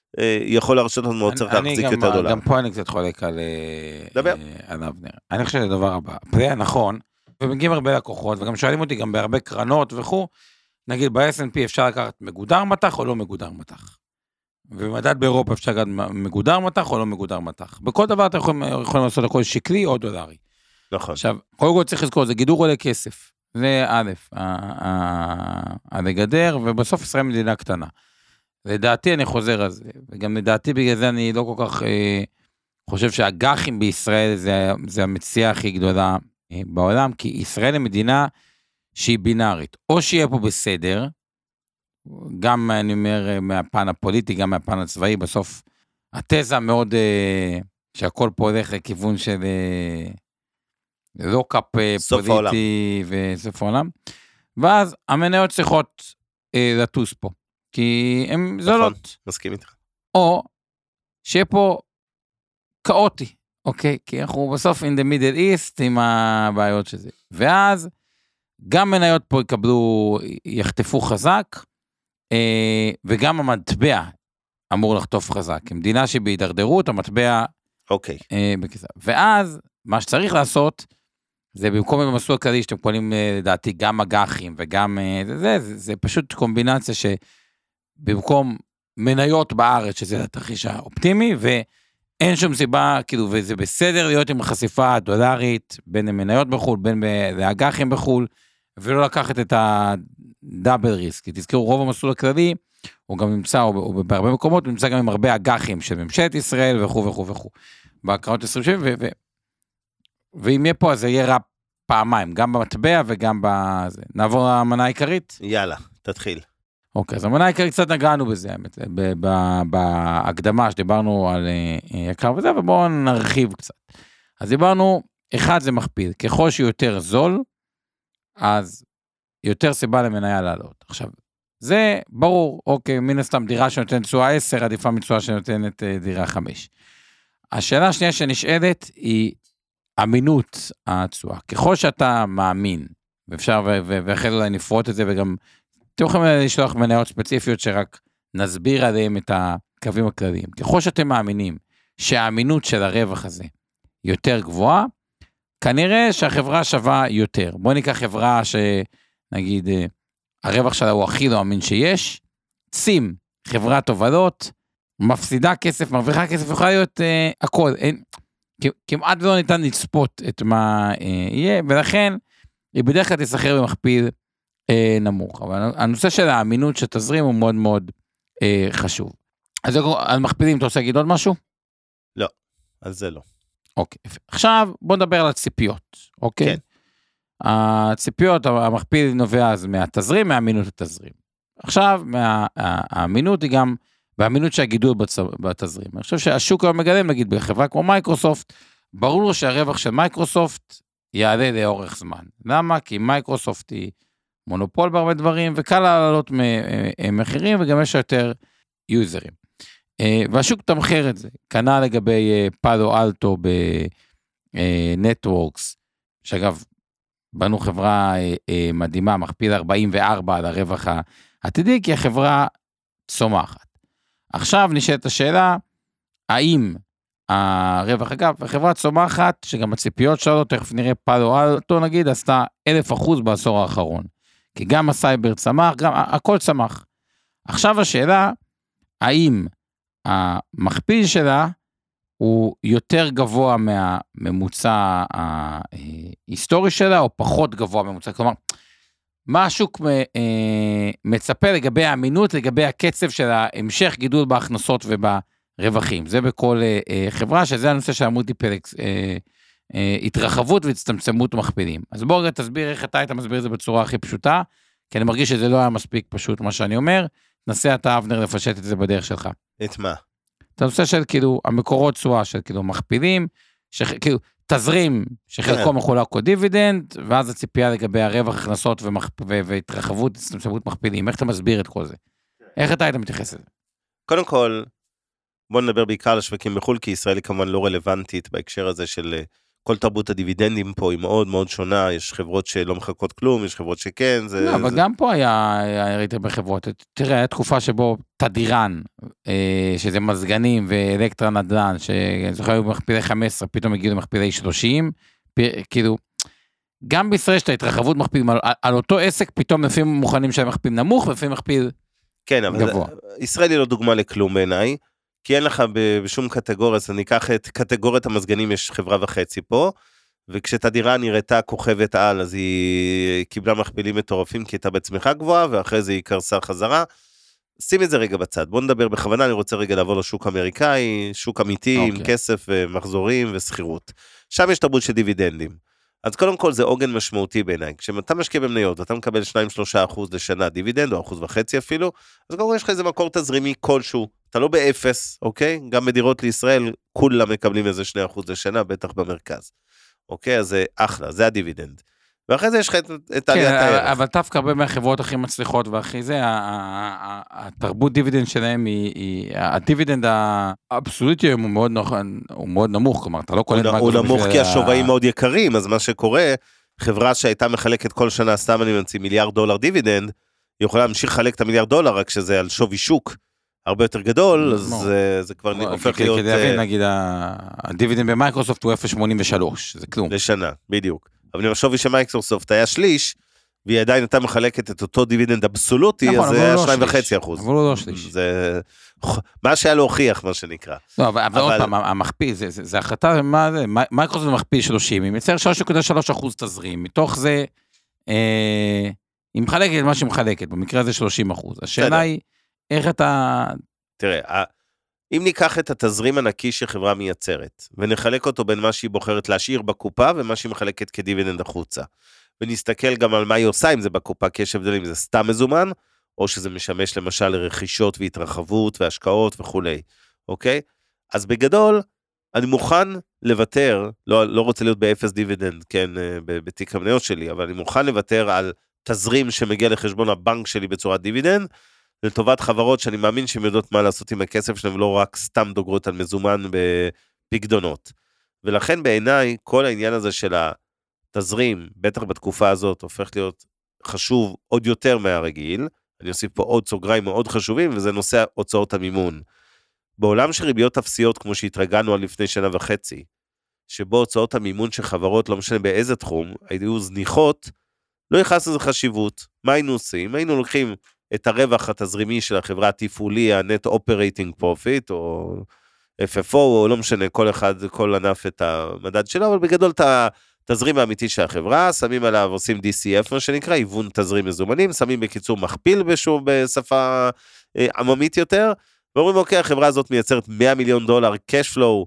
יכול להרשות לנו מאוד צריך להחזיק יותר דולר. גם פה אני קצת חולק על אבנר. אני חושב שזה דבר הבא. זה נכון, ומגיעים הרבה לקוחות, וגם שואלים אותי גם בהרבה קרנות וכו', נגיד ב-S&P אפשר לקחת מגודר מתח או לא מגודר מתח. ובמדד באירופה אפשר לקחת מגודר מתח או לא מגודר מתח. בכל דבר אתם יכולים לעשות הכל שקלי או דולרי. נכון. עכשיו, קודם כל צריך לזכור, זה גידור עולה כסף. זה א', הגדר, ובסוף ישראל מדינה קטנה. לדעתי אני חוזר על זה, וגם לדעתי בגלל זה אני לא כל כך חושב שהגחים בישראל זה המציאה הכי גדולה בעולם, כי ישראל היא מדינה שהיא בינארית, או שיהיה פה בסדר, גם אני אומר מהפן הפוליטי, גם מהפן הצבאי, בסוף התזה מאוד, שהכל פה הולך לכיוון של לא קאפ פוליטי וסוף העולם, ואז המניות צריכות לטוס פה, כי הן זולות. מסכים איתך. או שיהיה פה כאוטי, אוקיי? כי אנחנו בסוף in the middle east עם הבעיות שזה. ואז גם מניות פה יחטפו חזק, וגם המטבע אמור לחטוף חזק. כמדינה שבהידרדרות, המטבע אוקיי. בכיסה. ואז מה שצריך לעשות, זה במקום במסלול הכללי שאתם קונים לדעתי גם אג"חים וגם זה פשוט קומבינציה שבמקום מניות בארץ, שזה התרחיש האופטימי, ואין שום סיבה, כאילו, וזה בסדר להיות עם החשיפה דולרית, בין המניות בחול, בין לאג"חים בחול, ולא לקחת את הדאבל ריסק. כי תזכרו, רוב המסלול הכללי, הוא גם נמצא, או בהרבה מקומות, הוא נמצא גם עם הרבה אג"חים של ממשלת ישראל, וכו' וכו' וכו'. בהקרנות 20 ואם יהיה פה, אז זה יהיה רע פעמיים, גם במטבע וגם בזה. נעבור למנה העיקרית? יאללה, תתחיל. אוקיי, אז המנה העיקרית קצת נגענו בזה, בהקדמה שדיברנו על יקר וזה, ובואו נרחיב קצת. אז דיברנו, אחד זה מכפיל, ככל שיותר זול, אז יותר סיבה למניה לעלות. עכשיו, זה ברור, אוקיי, מן הסתם דירה שנותנת תשואה 10, עדיפה מתשואה שנותנת דירה 5. השאלה השנייה שנשאלת היא אמינות התשואה. ככל שאתה מאמין, ואפשר, ואחרי אולי נפרוט את זה, וגם אתם יכולים לשלוח מניות ספציפיות שרק נסביר עליהם את הקווים הכלליים. ככל שאתם מאמינים שהאמינות של הרווח הזה יותר גבוהה, כנראה שהחברה שווה יותר. בואו ניקח חברה שנגיד הרווח שלה הוא הכי לא אמין שיש, צים, חברת תובלות, מפסידה כסף, מרוויחה כסף, יכולה להיות הכל, כמעט לא ניתן לצפות את מה יהיה, ולכן היא בדרך כלל תסחר במכפיל נמוך, אבל הנושא של האמינות שתזרים הוא מאוד מאוד חשוב. אז על מכפילים, אתה רוצה להגיד עוד משהו? על זה לא. אוקיי, עכשיו בוא נדבר על הציפיות, אוקיי? כן. הציפיות, המכפיל נובע אז מהתזרים, מהאמינות התזרים. עכשיו, האמינות היא גם, והאמינות שהגידול בתזרים. אני חושב שהשוק היום מגלם, נגיד, בחברה כמו מייקרוסופט, ברור שהרווח של מייקרוסופט יעלה לאורך זמן. למה? כי מייקרוסופט היא מונופול בהרבה דברים, וקל לעלות מחירים, וגם יש יותר יוזרים. והשוק תמחר את זה. כנ"ל לגבי פאלו אלטו בנטוורקס, שאגב, בנו חברה מדהימה, מכפיל 44 על הרווח העתידי, כי החברה צומחת. עכשיו נשאלת השאלה, האם הרווח, אגב, החברה צומחת, שגם הציפיות שלו, תכף נראה פאלו אלטו נגיד, עשתה 1000% בעשור האחרון. כי גם הסייבר צמח, גם הכל צמח. עכשיו השאלה, האם המכפיל שלה הוא יותר גבוה מהממוצע ההיסטורי שלה, או פחות גבוה מהממוצע, כלומר, מה השוק מצפה לגבי האמינות, לגבי הקצב של ההמשך גידול בהכנסות וברווחים, זה בכל חברה, שזה הנושא של המולטיפלקס, התרחבות והצטמצמות מכפילים. אז בואו רגע תסביר איך אתה מסביר את זה בצורה הכי פשוטה, כי אני מרגיש שזה לא היה מספיק פשוט מה שאני אומר, נסה אתה אבנר לפשט את זה בדרך שלך. את מה? את הנושא של כאילו המקורות תשואה של כאילו מכפילים, כאילו תזרים שחלקו מחולק או דיבידנד, ואז הציפייה לגבי הרווח הכנסות והתרחבות, הצטמצמות מכפילים. איך אתה מסביר את כל זה? איך אתה היית מתייחס לזה? קודם כל, בוא נדבר בעיקר על שווקים בחו"ל, כי ישראל היא כמובן לא רלוונטית בהקשר הזה של כל תרבות הדיבידנדים פה היא מאוד מאוד שונה, יש חברות שלא מחכות כלום, יש חברות שכן. לא, אבל גם פה היה יותר בחברות, תראה, היה תקופה שבו תדירן, שזה מזגנים ואלקטרה נדל"ן, שזוכר היו במכפילי 15, פתאום הגיעו למכפילי 30, כאילו, גם בישראל יש את ההתרחבות מכפילים, על אותו עסק פתאום לפעמים מוכנים שהם מכפיל נמוך, ולפעמים מכפיל גבוה. כן, אבל ישראל היא לא דוגמה לכלום בעיניי, כי אין לך בשום קטגוריה, אז אני אקח את קטגוריית המזגנים, יש חברה וחצי פה, וכשתדירה נראתה כוכבת על, אז היא קיבלה מכפילים מטורפים, כי הייתה בצמיחה גבוהה, ואחרי זה היא קרסה חזרה. שים את זה רגע בצד, בוא נדבר בכוונה, אני רוצה רגע לעבור לשוק אמריקאי, שוק אמיתי, עם כסף ומחזורים וסחירות. שם יש תרבות של דיבידנדים. אז קודם כל זה עוגן משמעותי בעיניי, כשאתה משקיע במניות, ואתה מקבל 2-3% לשנה דיבידנד, או 1.5% אפילו, אז קודם כל יש לך איזה מקור תזרימי כלשהו, אתה לא באפס, אוקיי? גם בדירות לישראל, כולם מקבלים איזה 2% לשנה, בטח במרכז. אוקיי? אז זה אחלה, זה הדיבידנד. ואחרי זה יש לך את עליית הערך. אבל דווקא הרבה מהחברות הכי מצליחות, ואחרי זה, התרבות דיבידנד שלהם הדיבידנד האבסולוטי הוא מאוד נמוך, כלומר, אתה לא קולט מה... הוא נמוך כי השווים מאוד יקרים, אז מה שקורה, חברה שהייתה מחלקת כל שנה, סתם אני ממציא $1 מיליארד דיבידנד, היא יכולה להמשיך לחלק את $1 מיליארד, רק שזה על שווי שוק הרבה יותר גדול, אז זה כבר הופך להיות... כדי להבין, נגיד, הדיבידנד במייקרוסופט הוא 0.83, זה כלום. לשנה, בדיוק. אבל אם השווי של מייקרוסופט היה שליש, והיא עדיין הייתה מחלקת את אותו דיבידנד אבסולוטי, אז זה היה 2.5%. אבל הוא לא שליש. זה מה שהיה להוכיח, מה שנקרא. לא, אבל עוד פעם, המכפיל, זה החלטה, מייקרוסופט זה מכפיל 30, היא מצטער 3.3% תזרים, מתוך זה, היא מחלקת מה שהיא מחלקת, במקרה הזה 30%. השאלה היא, איך אתה... תראה, אם ניקח את התזרים הנקי שחברה מייצרת, ונחלק אותו בין מה שהיא בוחרת להשאיר בקופה, ומה שהיא מחלקת כדיבידנד החוצה, ונסתכל גם על מה היא עושה, אם זה בקופה, כי יש הבדלים, זה סתם מזומן, או שזה משמש למשל לרכישות והתרחבות והשקעות וכו'. אוקיי? אז בגדול, אני מוכן לוותר, לא רוצה להיות באפס דיבידנד, כן, בתיק המניות שלי, אבל אני מוכן לוותר על תזרים שמגיע לחשבון הבנק שלי בצורת דיבידנד, לטובת חברות שאני מאמין שהן יודעות מה לעשות עם הכסף שלהם, ולא רק סתם דוגרות על מזומן בפקדונות. ולכן בעיניי, כל העניין הזה של התזרים, בטח בתקופה הזאת, הופך להיות חשוב עוד יותר מהרגיל. אני אוסיף פה עוד סוגריים מאוד חשובים, וזה נושא הוצאות המימון. בעולם של ריביות אפסיות, כמו שהתרגלנו על לפני 1.5 שנה, שבו הוצאות המימון של חברות, לא משנה באיזה תחום, היו זניחות, לא יכנס לזה חשיבות. מה היינו עושים? היינו לוקחים את הרווח התזרימי של החברה התפעולי, ה-Net Operating Profit, או FFO, או לא משנה, כל אחד, כל ענף את המדד שלו, אבל בגדול את התזרים האמיתי של החברה, שמים עליו, עושים DCF, מה שנקרא, היוון תזרים מזומנים, שמים בקיצור מכפיל בשפה עממית יותר, ואומרים, אוקיי, החברה הזאת מייצרת $100 מיליון cash flow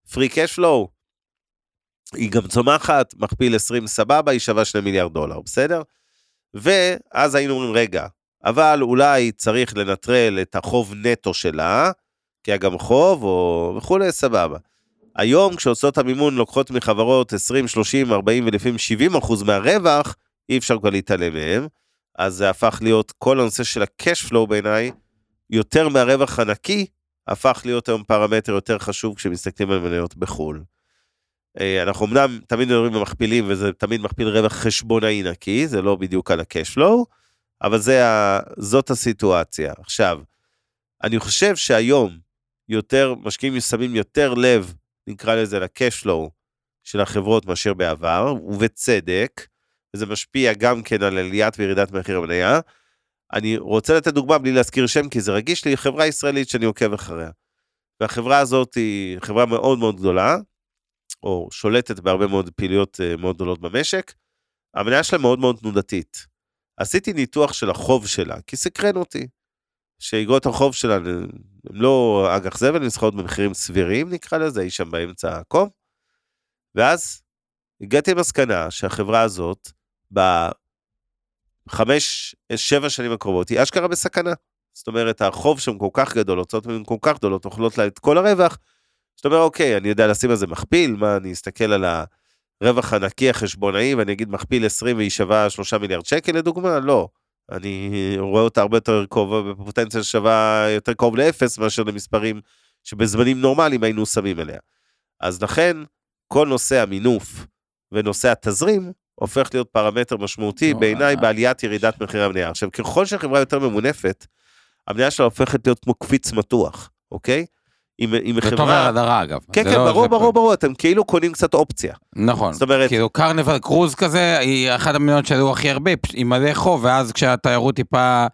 free cash flow, היא גם צומחת, מכפיל 20 סבבה, היא שווה $2 מיליארד, בסדר? ואז היינו אומרים, רגע, אבל אולי צריך לנטרל את החוב נטו שלה, כי היה גם חוב או וכולי, סבבה. היום כשהוצאות המימון לוקחות מחברות 20, 30, 40 ולפעמים 70% מהרווח, אי אפשר כבר להתעלם מהם, אז זה הפך להיות כל הנושא של ה-cash flow בעיניי, יותר מהרווח הנקי, הפך להיות היום פרמטר יותר חשוב כשמסתכלים על מניות בחול. אנחנו אמנם תמיד מדברים במכפילים, וזה תמיד מכפיל רווח חשבונאי נקי, זה לא בדיוק על ה-cash flow, אבל זאת הסיטואציה. עכשיו, אני חושב שהיום יותר משקיעים שמים יותר לב, נקרא לזה ל-cash flow של החברות מאשר בעבר, ובצדק, וזה משפיע גם כן על עליית וירידת מחיר המניה. אני רוצה לתת דוגמה בלי להזכיר שם, כי זה רגיש לי, חברה ישראלית שאני עוקב אחריה. והחברה הזאת היא חברה מאוד מאוד גדולה, או שולטת בהרבה מאוד פעילויות מאוד גדולות במשק. המניה שלה מאוד מאוד תנודתית. עשיתי ניתוח של החוב שלה, כי סקרן אותי. שאיגרות החוב שלה, הם לא אג"ח זבל, הן נסחרות במחירים סבירים, נקרא לזה, היא שם באמצע הקום. ואז הגעתי למסקנה שהחברה הזאת, ב5-7 שנים הקרובות, היא אשכרה בסכנה. זאת אומרת, החוב שם כל כך גדול, הוצאות ממנו כל כך גדולות, אוכלות לה את כל הרווח. זאת אומרת, אוקיי, אני יודע לשים על זה מכפיל, מה, אני אסתכל על הרווח הנקי החשבונאי, ואני אגיד מכפיל 20 והיא שווה 3 מיליארד שקל, לדוגמה? לא. אני רואה אותה הרבה יותר קרוב, בפוטנציאל שווה יותר קרוב לאפס, מאשר למספרים שבזמנים נורמליים היינו שמים אליה. אז לכן, כל נושא המינוף ונושא התזרים, הופך להיות פרמטר משמעותי בעיניי בעליית ירידת מחירי המניה. עכשיו, ככל שהחברה יותר ממונפת, המניה שלה הופכת להיות כמו קפיץ מתוח, אוקיי? זה טוב להדרה אגב. כן, כן, ברור, אתם כאילו קונים קצת אופציה. נכון, כאילו קרניבל קרוז כזה, היא אחת המניות שעלו הכי הרבה, עם מלא חוב, ואז כשהתיירות טיפה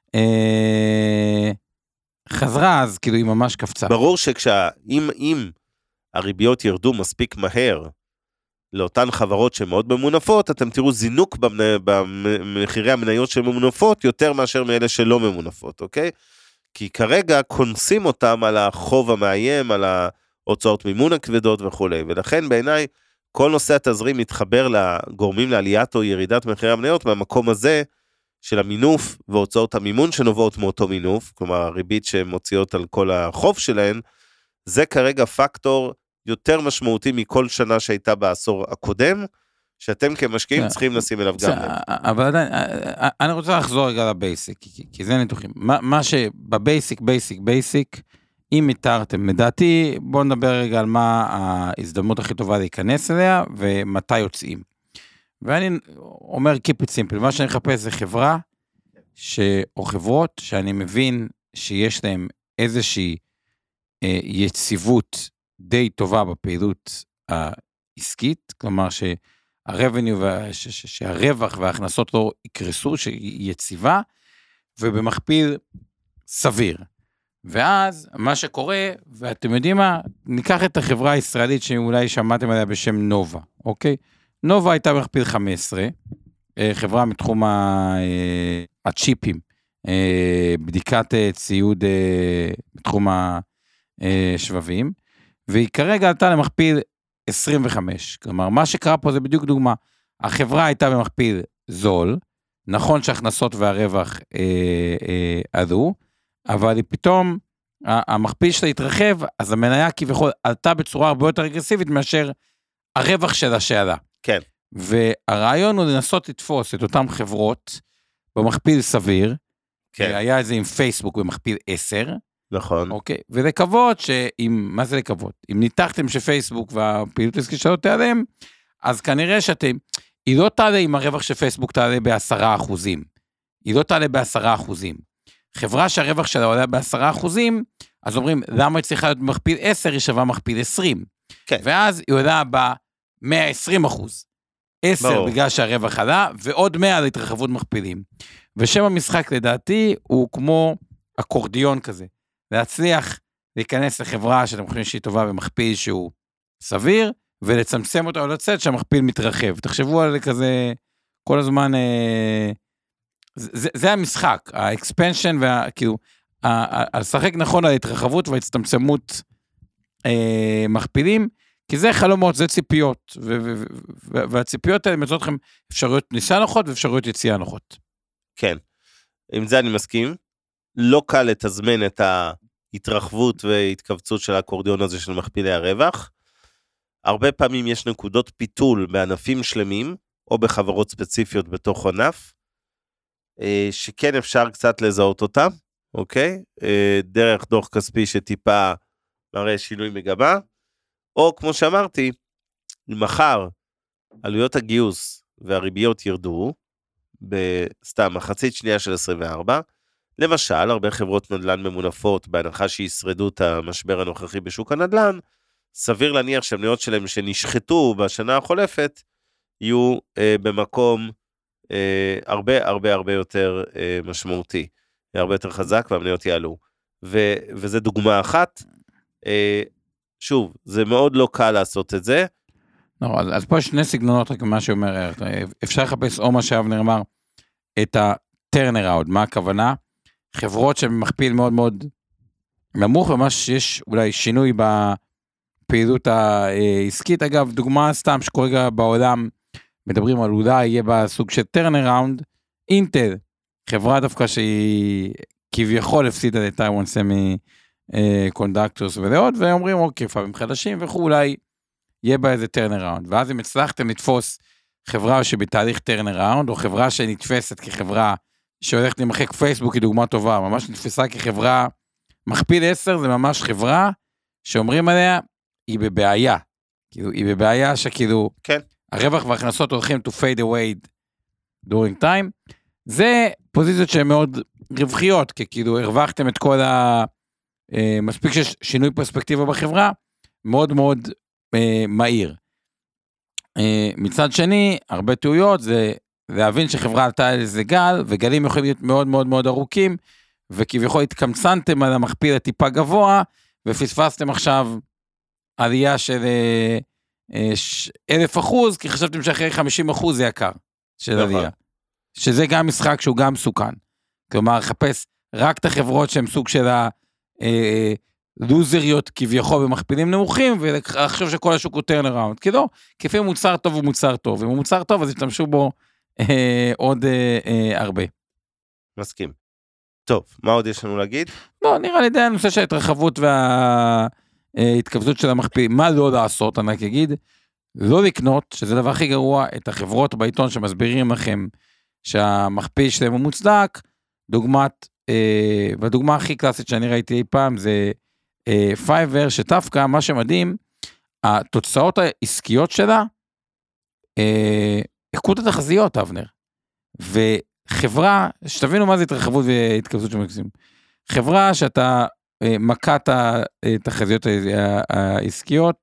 חזרה, אז כאילו היא ממש קפצה. ברור אם הריביות ירדו מספיק מהר, לאותן חברות שמאוד ממונפות, אתם תראו זינוק במחירי המניות שממונפות, יותר מאשר מאלה שלא ממונפות, אוקיי? כי כרגע כונסים אותם על החוב המאיים, על ההוצאות מימון הכבדות וכו'. ולכן בעיניי, כל נושא התזרים מתחבר לגורמים לעליית או ירידת מחירי המניות, מהמקום הזה של המינוף והוצאות המימון שנובעות מאותו מינוף, כלומר הריבית שהן מוציאות על כל החוב שלהן, זה כרגע פקטור יותר משמעותי מכל שנה שהייתה בעשור הקודם, שאתם כמשקיעים צריכים לשים אליו גם. אבל עדיין, אני רוצה לחזור רגע לבייסיק, כי זה ניתוחים. מה שבבייסיק, אם מתארתם, לדעתי, בואו נדבר רגע על מה ההזדמנות הכי טובה להיכנס אליה, ומתי יוצאים. ואני אומר, keep it simple, מה שאני מחפש זה חברה, או חברות, שאני מבין שיש להם איזושהי יציבות די טובה בפעילות העסקית, כלומר שהרווח וההכנסות לא יקרסו, שהיא יציבה, ובמכפיל סביר. ואז מה שקורה, ואתם יודעים מה, ניקח את החברה הישראלית שאולי שמעתם עליה בשם נובה, אוקיי? נובה הייתה במכפיל 15, חברה מתחום הצ'יפים, בדיקת ציוד בתחום השבבים, והיא כרגע עלתה למכפיל 25, כלומר, מה שקרה פה זה בדיוק דוגמה, החברה הייתה במכפיל זול, נכון שההכנסות והרווח עלו, אבל היא פתאום, המכפיל שלה התרחב, אז המניה כביכול עלתה בצורה הרבה יותר אגרסיבית, מאשר הרווח שלה שעלה. כן. והרעיון הוא לנסות לתפוס את אותם חברות, במכפיל סביר, כן. היה את זה עם פייסבוק במכפיל 10, נכון. אוקיי, ולקוות שאם, מה זה לקוות? אם ניתחתם שפייסבוק והפעילות העסקית שלו תעלם, אז כנראה שאתם, היא לא תעלה אם הרווח של פייסבוק תעלה ב10%. היא לא תעלה ב10%. חברה שהרווח שלה עולה ב10%, אז אומרים, למה היא צריכה להיות במכפיל 10, היא שווה מכפיל 20. כן. ואז היא עולה ב120%. 10 ברור. בגלל שהרווח עלה, ועוד 100 להתרחבות מכפילים. ושם המשחק לדעתי, הוא כמו אקורדיון כזה. להצליח להיכנס לחברה שאתם חושבים שהיא טובה במכפיל שהוא סביר, ולצמצם אותה או לצאת שהמכפיל מתרחב. תחשבו על כזה, כל הזמן, זה המשחק, האקספנשן, כאילו, לשחק נכון על ההתרחבות וההצטמצמות מכפילים, כי זה חלומות, זה ציפיות, והציפיות האלה מייצרות לכם אפשרויות כניסה נוחות ואפשרויות יציאה נוחות. כן, עם זה אני מסכים. לא קל לתזמן את ההתרחבות והתכווצות של האקורדיון הזה של מכפילי הרווח. הרבה פעמים יש נקודות פיתול בענפים שלמים, או בחברות ספציפיות בתוך ענף, שכן אפשר קצת לזהות אותם, אוקיי? דרך דוח כספי שטיפה מראה שינוי מגמה, או כמו שאמרתי, מחר עלויות הגיוס והריביות ירדו, בסתם מחצית שנייה של 24, למשל, הרבה חברות נדל"ן ממונפות, בהנחה שישרדו את המשבר הנוכחי בשוק הנדל"ן, סביר להניח שהמניות שלהם שנשחטו בשנה החולפת, יהיו במקום הרבה יותר משמעותי, הרבה יותר חזק, והמניות יעלו. וזה דוגמה אחת. שוב, זה מאוד לא קל לעשות את זה. לא, אז פה יש שני סגנונות, רק מה שאומר, אפשר לחפש או מה שאבנר אמר, את ה-turnaround, מה הכוונה? חברות שמכפיל מאוד מאוד נמוך, וממש יש אולי שינוי בפעילות העסקית. אגב, דוגמה סתם שכרגע בעולם מדברים על אולי יהיה בה סוג של turnaround, אינטל, חברה דווקא שהיא כביכול הפסידה לטייוואן סמי קונדקטורס ולעוד, ואומרים אוקיי, פעמים חדשים וכו', אולי יהיה בה איזה turnaround, ואז אם הצלחתם לתפוס חברה שבתהליך turnaround, או חברה שנתפסת כחברה שהולכת למחק פייסבוק היא דוגמה טובה, ממש נתפסה כחברה, מכפיל 10 זה ממש חברה שאומרים עליה, היא בבעיה, כאילו, היא בבעיה שכאילו, כן. הרווח וההכנסות הולכים to fade away during time, זה פוזיציות שהן מאוד רווחיות, כי כאילו הרווחתם את כל מספיק שיש שינוי פרספקטיבה בחברה, מאוד מאוד מהיר. מצד שני, הרבה טעויות זה להבין שחברה עלתה איזה גל, וגלים יכולים להיות מאוד מאוד מאוד ארוכים, וכביכול התקמצנתם על המכפיל הטיפה גבוה, ופספסתם עכשיו עלייה של 1,000%, כי חשבתם שאחרי 50% זה יקר של עלייה. שזה גם משחק שהוא גם סוכן. כלומר, חפש רק את החברות שהן סוג של לוזריות כביכול במכפילים נמוכים, ולחשוב שכל השוק הוא turnaround. כי לא, כפי מוצר טוב הוא מוצר טוב, ואם הוא מוצר טוב אז ישתמשו בו עוד הרבה. מסכים. טוב, מה עוד יש לנו להגיד? לא, נראה לי די הנושא של ההתרחבות וההתכווצות של המכפילים, מה לא לעשות, אני רק אגיד, לא לקנות, שזה הדבר הכי גרוע, את החברות בעיתון שמסבירים לכם שהמכפיל שלהם הוא מוצדק, והדוגמה הכי קלאסית שאני ראיתי אי פעם, זה פייבר, שדווקא מה שמדהים, התוצאות העסקיות שלה, איכות התחזיות, אבנר, וחברה, שתבינו מה זה התרחבות והתכווצות שמקסים, חברה שאתה מקת התחזיות העסקיות,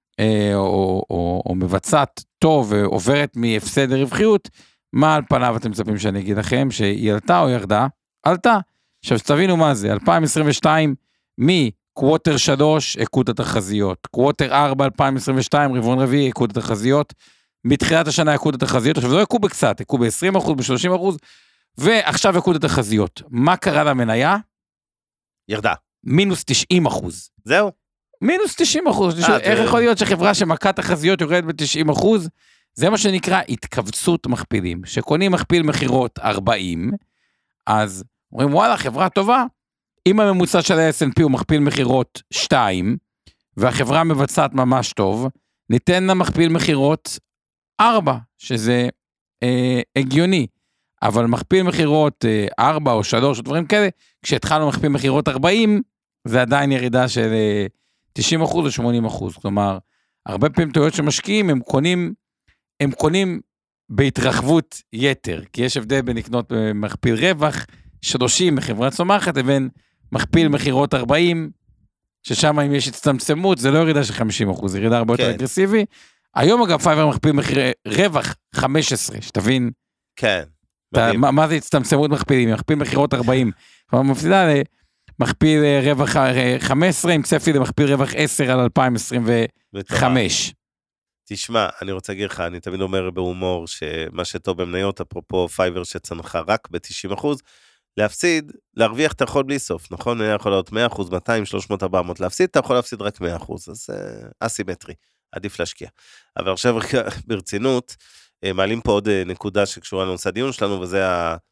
או מבצעת טוב, ועוברת מהפסד לרווחיות, מה על פניו אתם מצפים שאני אגיד לכם, שהיא עלתה או ירדה? עלתה. עכשיו שתבינו מה זה, 2022, מקווטר 3, איכות התחזיות, קווטר 4, 2022, רבעון רביעי, איכות התחזיות, מתחילת השנה איכות התחזיות, עכשיו זה לא איכות בקצת, איכות ב-20%, ב-30%, ועכשיו איכות התחזיות. מה קרה למניה? ירדה. מינוס 90%. זהו. מינוס 90%. איך יכול להיות שחברה שמכת תחזיות יורדת ב-90%? זה מה שנקרא התכווצות מכפילים. שקונים מכפיל מחירות 40, אז אומרים וואלה, חברה טובה, אם הממוצע של ה-S&P הוא מכפיל מחירות 2, והחברה מבצעת ממש טוב, ניתן לה מכפיל מחירות 4, שזה הגיוני, אבל מכפיל מחירות 4 או 3 או דברים כאלה, כשהתחלנו מכפיל מחירות 40, זה עדיין ירידה של 90% או 80%, כלומר, הרבה פעמים טעויות שמשקיעים, הם קונים בהתרחבות יתר, כי יש הבדל בין לקנות מכפיל רווח 30 מחברה צומחת, לבין מכפיל מחירות 40, ששם אם יש הצטמצמות, זה לא ירידה של 50%, זה ירידה הרבה יותר אגרסיבי. היום אגב פייבר מכפיל רווח 15, שתבין, כן, מה זה הצטמצמות מכפילים, מכפיל מחירות 40, כלומר מפסידה למכפיל רווח 15, עם צפי למכפיל רווח 10 על 2025. תשמע, אני רוצה להגיד לך, אני תמיד אומר בהומור, שמה שטוב במניות, אפרופו פייבר שצנחה רק ב-90%, להפסיד, להרוויח אתה יכול בלי סוף, נכון? יכול להיות 100%, 200, 300, 400, להפסיד, אתה יכול להפסיד רק 100%, אז אסימטרי, עדיף להשקיע. אבל עכשיו ברצינות, מעלים פה עוד נקודה שקשורה לנושא הדיון שלנו, וזה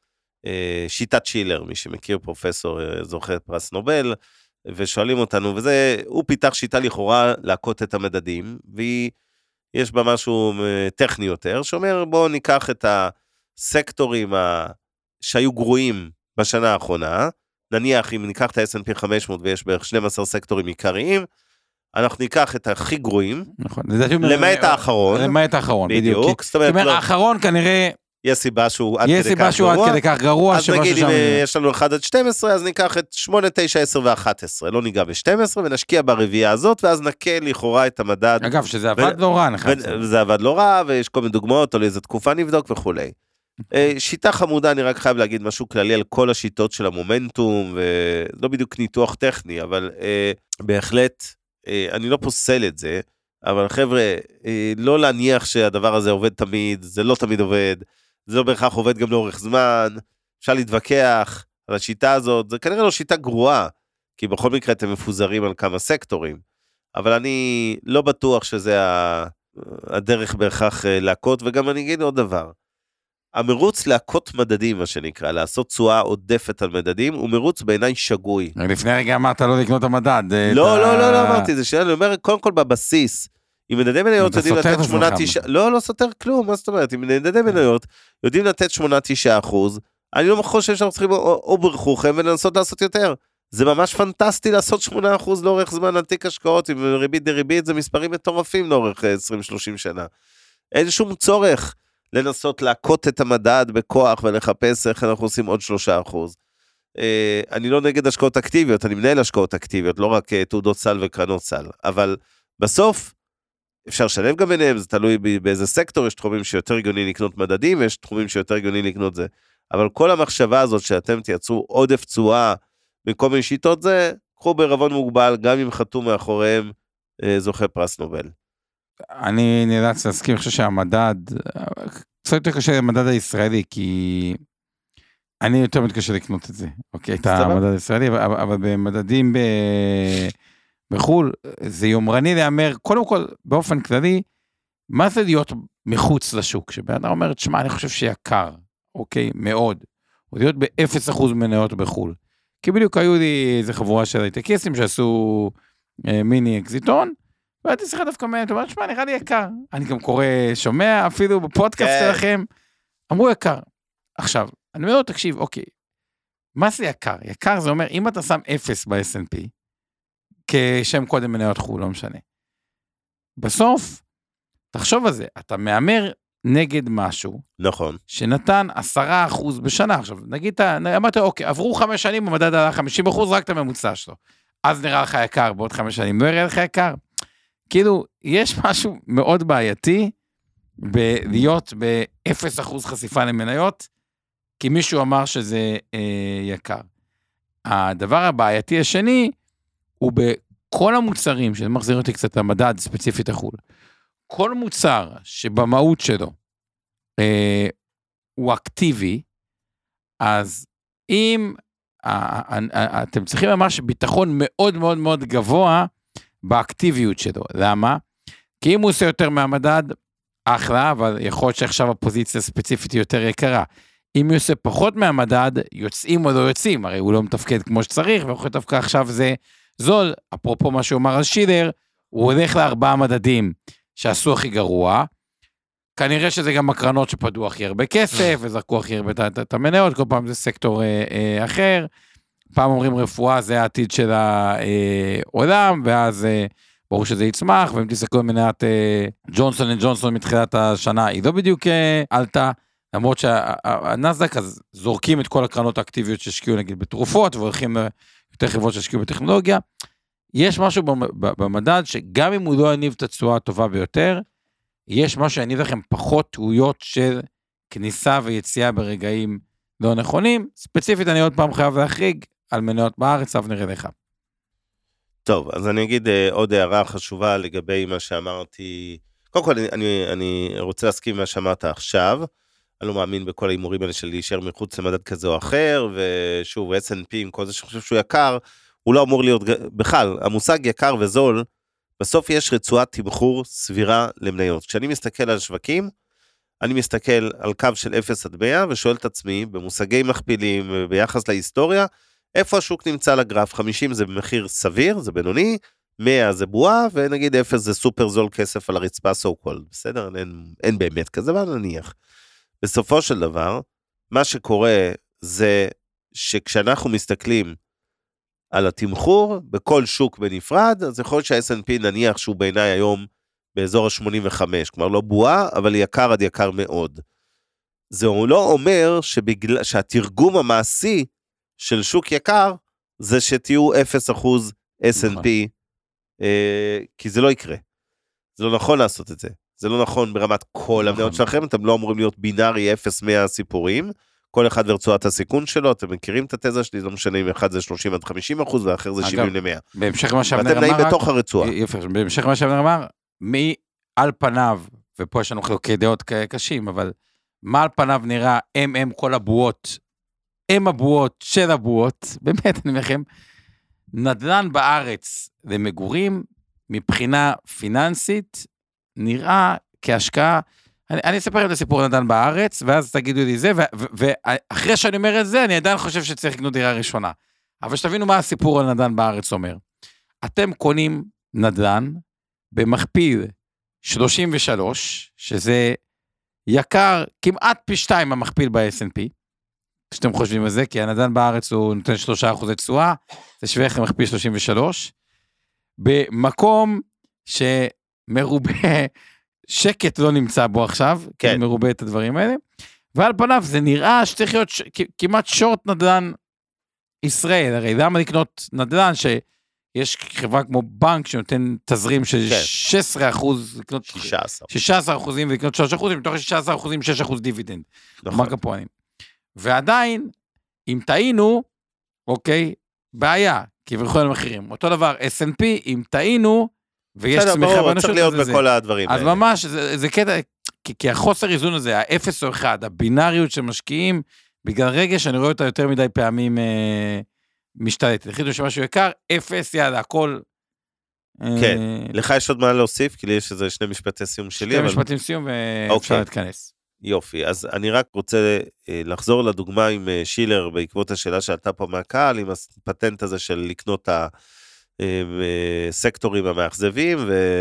שיטת שילר, מי שמכיר פרופסור זוכה פרס נובל, ושואלים אותנו, הוא פיתח שיטה לכאורה להכות את המדדים, ויש בה משהו טכני יותר, שאומר בואו ניקח את הסקטורים שהיו גרועים בשנה האחרונה, נניח אם ניקח את ה-S&P 500 ויש בערך 12 סקטורים עיקריים, אנחנו ניקח את הכי גרועים, למעט האחרון. למעט האחרון, בדיוק. זאת אומרת, האחרון כנראה יש סיבה שהוא עד כדי כך גרוע. אז נגיד אם יש לנו 1 עד 12, אז ניקח את 8, 9, 10 ו-11, לא ניגע ב-12, ונשקיע ברביעה הזאת, ואז נקה לכאורה את המדד. אגב, שזה עבד לא רע. זה עבד לא רע, ויש כל מיני דוגמאות, או לאיזו תקופה נבדוק וכו'. שיטה חמודה, אני רק חייב להגיד משהו כללי על כל השיטות של המומנטום, ולא בדיוק ניתוח טכני, אבל בהחלט, אני לא פוסל את זה, אבל חבר'ה, לא להניח שהדבר הזה עובד תמיד, זה לא תמיד עובד, זה לא בהכרח עובד גם לאורך זמן, אפשר להתווכח על השיטה הזאת, זה כנראה לא שיטה גרועה, כי בכל מקרה אתם מפוזרים על כמה סקטורים, אבל אני לא בטוח שזה הדרך בהכרח להכות, וגם אני אגיד עוד דבר, המרוץ להכות מדדים, מה שנקרא, לעשות תשואה עודפת על מדדים, הוא מרוץ בעיניי שגוי. לפני רגע אמרת לא לקנות המדד. לא אמרתי, זה שאלה, אני אומר, קודם כל בבסיס, אם מדדי מניות יודעים לתת 8-9, לא סותר כלום, מה זאת אומרת, אם מדדי מניות יודעים לתת 8-9%, אני לא חושב שאנחנו צריכים או ברכוכם ולנסות לעשות יותר. זה ממש פנטסטי לעשות 8% לאורך זמן על תיק השקעות, עם ריבית דריבית, זה מספרים מטורפים לאורך 20-30 שנה. אין שום צורך לנסות להכות את המדד בכוח ולחפש איך אנחנו עושים עוד 3%. אני לא נגד השקעות אקטיביות, אני מנהל השקעות אקטיביות, לא רק תעודות סל וקרנות סל, אבל בסוף אפשר לשלב גם ביניהם, זה תלוי באיזה סקטור, יש תחומים שיותר הגיוני לקנות מדדים, ויש תחומים שיותר הגיוני לקנות זה, אבל כל המחשבה הזאת שאתם תייצרו עודף תשואה מכל מיני שיטות, זה קחו בערבון מוגבל, גם אם חתום מאחוריהם זוכה פרס נובל. אני נאלץ להסכים, אני חושב שהמדד, קצת יותר קשה למדד הישראלי, כי אני יותר מתקשה לקנות את זה, אוקיי, את המדד הישראלי, אבל במדדים בחול, זה יומרני לאמר, קודם כל, באופן כללי, מה זה להיות מחוץ לשוק, שבאדם אומרת, שמע, אני חושב שיקר, אוקיי, מאוד, או להיות ב-0% מניות בחול, כי בדיוק היו לי איזה חבורה של הייטקיסטים שעשו מיני אקזיטון, ואתה שיחה דווקא מעט, אתה אומר, שמע, נראה לי יקר. אני גם קורא, שומע, אפילו בפודקאסט שלכם, אמרו יקר. עכשיו, אני אומר לו, תקשיב, אוקיי, מה זה יקר? יקר זה אומר, אם אתה שם 0 ב-S&P, כשם קודם מניות חול, לא משנה. בסוף, תחשוב על זה, אתה מאמר נגד משהו, נכון. שנתן 10% בשנה. עכשיו, נגיד, אמרת, אוקיי, עברו 5 שנים, המדד עלה 50%, רק את הממוצע שלו. אז נראה לך יקר, בעוד 5 שנים, לא יראה לך יקר. כאילו, יש משהו מאוד בעייתי, בלהיות ב-0% חשיפה למניות, כי מישהו אמר שזה יקר. הדבר הבעייתי השני, הוא בכל המוצרים, שזה מחזיר אותי קצת למדד ספציפית החול, כל מוצר שבמהות שלו הוא אקטיבי, אז אם אתם צריכים ממש ביטחון מאוד מאוד מאוד גבוה באקטיביות שלו. למה? כי אם הוא עושה יותר מהמדד, אחלה, אבל יכול להיות שעכשיו הפוזיציה ספציפית יותר יקרה. אם הוא עושה פחות מהמדד, יוצאים או לא יוצאים, הרי הוא לא מתפקד כמו שצריך, ויכול להיות דווקא עכשיו זה זול, אפרופו מה שהוא אמר על שילר, הוא הולך ל4 מדדים שעשו הכי גרוע, כנראה שזה גם הקרנות שפדו הכי הרבה כסף, וזרקו הכי הרבה את המניות, כל פעם זה סקטור אחר, פעם אומרים רפואה זה העתיד של העולם, ואז ברור שזה יצמח, ואם תסתכלו מניית ג'ונסון וג'ונסון מתחילת השנה, היא לא בדיוק עלתה, למרות שהנסדק אז זורקים את כל הקרנות האקטיביות שהשקיעו נגיד בתרופות, והולכים יותר חברות שהשקיעו בטכנולוגיה, יש משהו במדד שגם אם הוא לא יניב את התשואה הטובה ביותר, יש משהו שיניב לכם פחות טעויות של כניסה ויציאה ברגעים לא נכונים, ספציפית אני עוד פעם חייב להחריג על מניות בארץ, אבל נראה לך. טוב, אז אני אגיד עוד הערה חשובה לגבי מה שאמרתי, קודם כל אני רוצה להסכים מה שאמרת עכשיו, אני לא מאמין בכל ההימורים האלה של להישאר מחוץ למדד כזה או אחר, ושוב, S&P עם כל זה שחושב שהוא יקר, הוא לא אמור להיות, בכלל, המושג יקר וזול, בסוף יש רצועת תמחור סבירה למניות. כשאני מסתכל על שווקים, אני מסתכל על קו של 0 עד 100, ושואל את עצמי, במושגי מכפילים, ביחס להיסטוריה, איפה השוק נמצא לגרף? 50 זה במחיר סביר, זה בינוני, 100 זה בועה, ונגיד 0 זה סופר זול כסף על הרצפה so called, בסדר? אין באמת כזה, אבל נניח. בסופו של דבר, מה שקורה זה שכשאנחנו מסתכלים על התמחור, בכל שוק בנפרד, אז יכול להיות שה-S&P נניח שהוא בעיניי היום באזור ה-85, כלומר לא בועה, אבל יקר עד יקר מאוד. זה לא אומר שהתרגום המעשי של שוק יקר, זה שתהיו 0% S&P, כי זה לא יקרה. זה לא נכון לעשות את זה. זה לא נכון ברמת כל המניות שלכם, אתם לא אמורים להיות בינארי 0 מהסיפורים, כל אחד ורצועת הסיכון שלו, אתם מכירים את התזה שלי, לא משנה אם אחד זה 30 עד 50%, ואחר זה 70 ל-100. בהמשך מה שאבנר אמר, ואתם נעים בתוך הרצועה. יפה, בהמשך מה שאבנר אמר, מי על פניו, ופה יש לנו חלוקי דעות קשים, אבל מה על פניו נראה, הם כל הבועות, הם הבועות של הבועות, באמת אני מכם, נדל"ן בארץ למגורים, מבחינה פיננסית, נראה כהשקעה, אני אספר את הסיפור נדל"ן בארץ, ואז תגידו לי זה, ואחרי שאני אומר את זה, אני עדיין חושב שצריך לקנות דירה ראשונה. אבל שתבינו מה הסיפור על נדל"ן בארץ אומר. אתם קונים נדל"ן במכפיל 33, שזה יקר כמעט פי 2 המכפיל ב-S&P, שאתם חושבים על זה, כי הנדל"ן בארץ הוא נותן 3% תשואה, זה שווה לכם מכפיל 33, במקום שמרובה שקט לא נמצא בו עכשיו, כן. כי מרובה את הדברים האלה, ועל פניו זה נראה שצריך להיות כמעט שורט נדל"ן ישראל, הרי למה לקנות נדל"ן שיש חברה כמו בנק שנותן תזרים של כן. 16%, לקנות 16% ולקנות 3%, מתוך 16% 6% דיבידנד, נכון. מקפונים. ועדיין, אם טעינו, אוקיי, בעיה, כי בכל המחירים. אותו דבר, S&P, אם טעינו, ויש צמיחה באנושות, צריך להיות בכל הדברים אז האלה. ממש, זה קטע, כי החוסר איזון הזה, ה-0 או 1, הבינאריות שמשקיעים, בגלל רגש, אני רואה אותה יותר מדי פעמים משתלטת. החליטו שמשהו יקר, 0, יאללה, הכל. כן, לך יש עוד מה להוסיף, כי לי יש איזה 2 משפטי סיום שלי. 2 משפטים סיום, ואפשר להתכנס. יופי, אז אני רק רוצה לחזור לדוגמה עם שילר, בעקבות השאלה שעלתה פה מהקהל, עם הפטנט הזה של לקנות הסקטורים המאכזבים,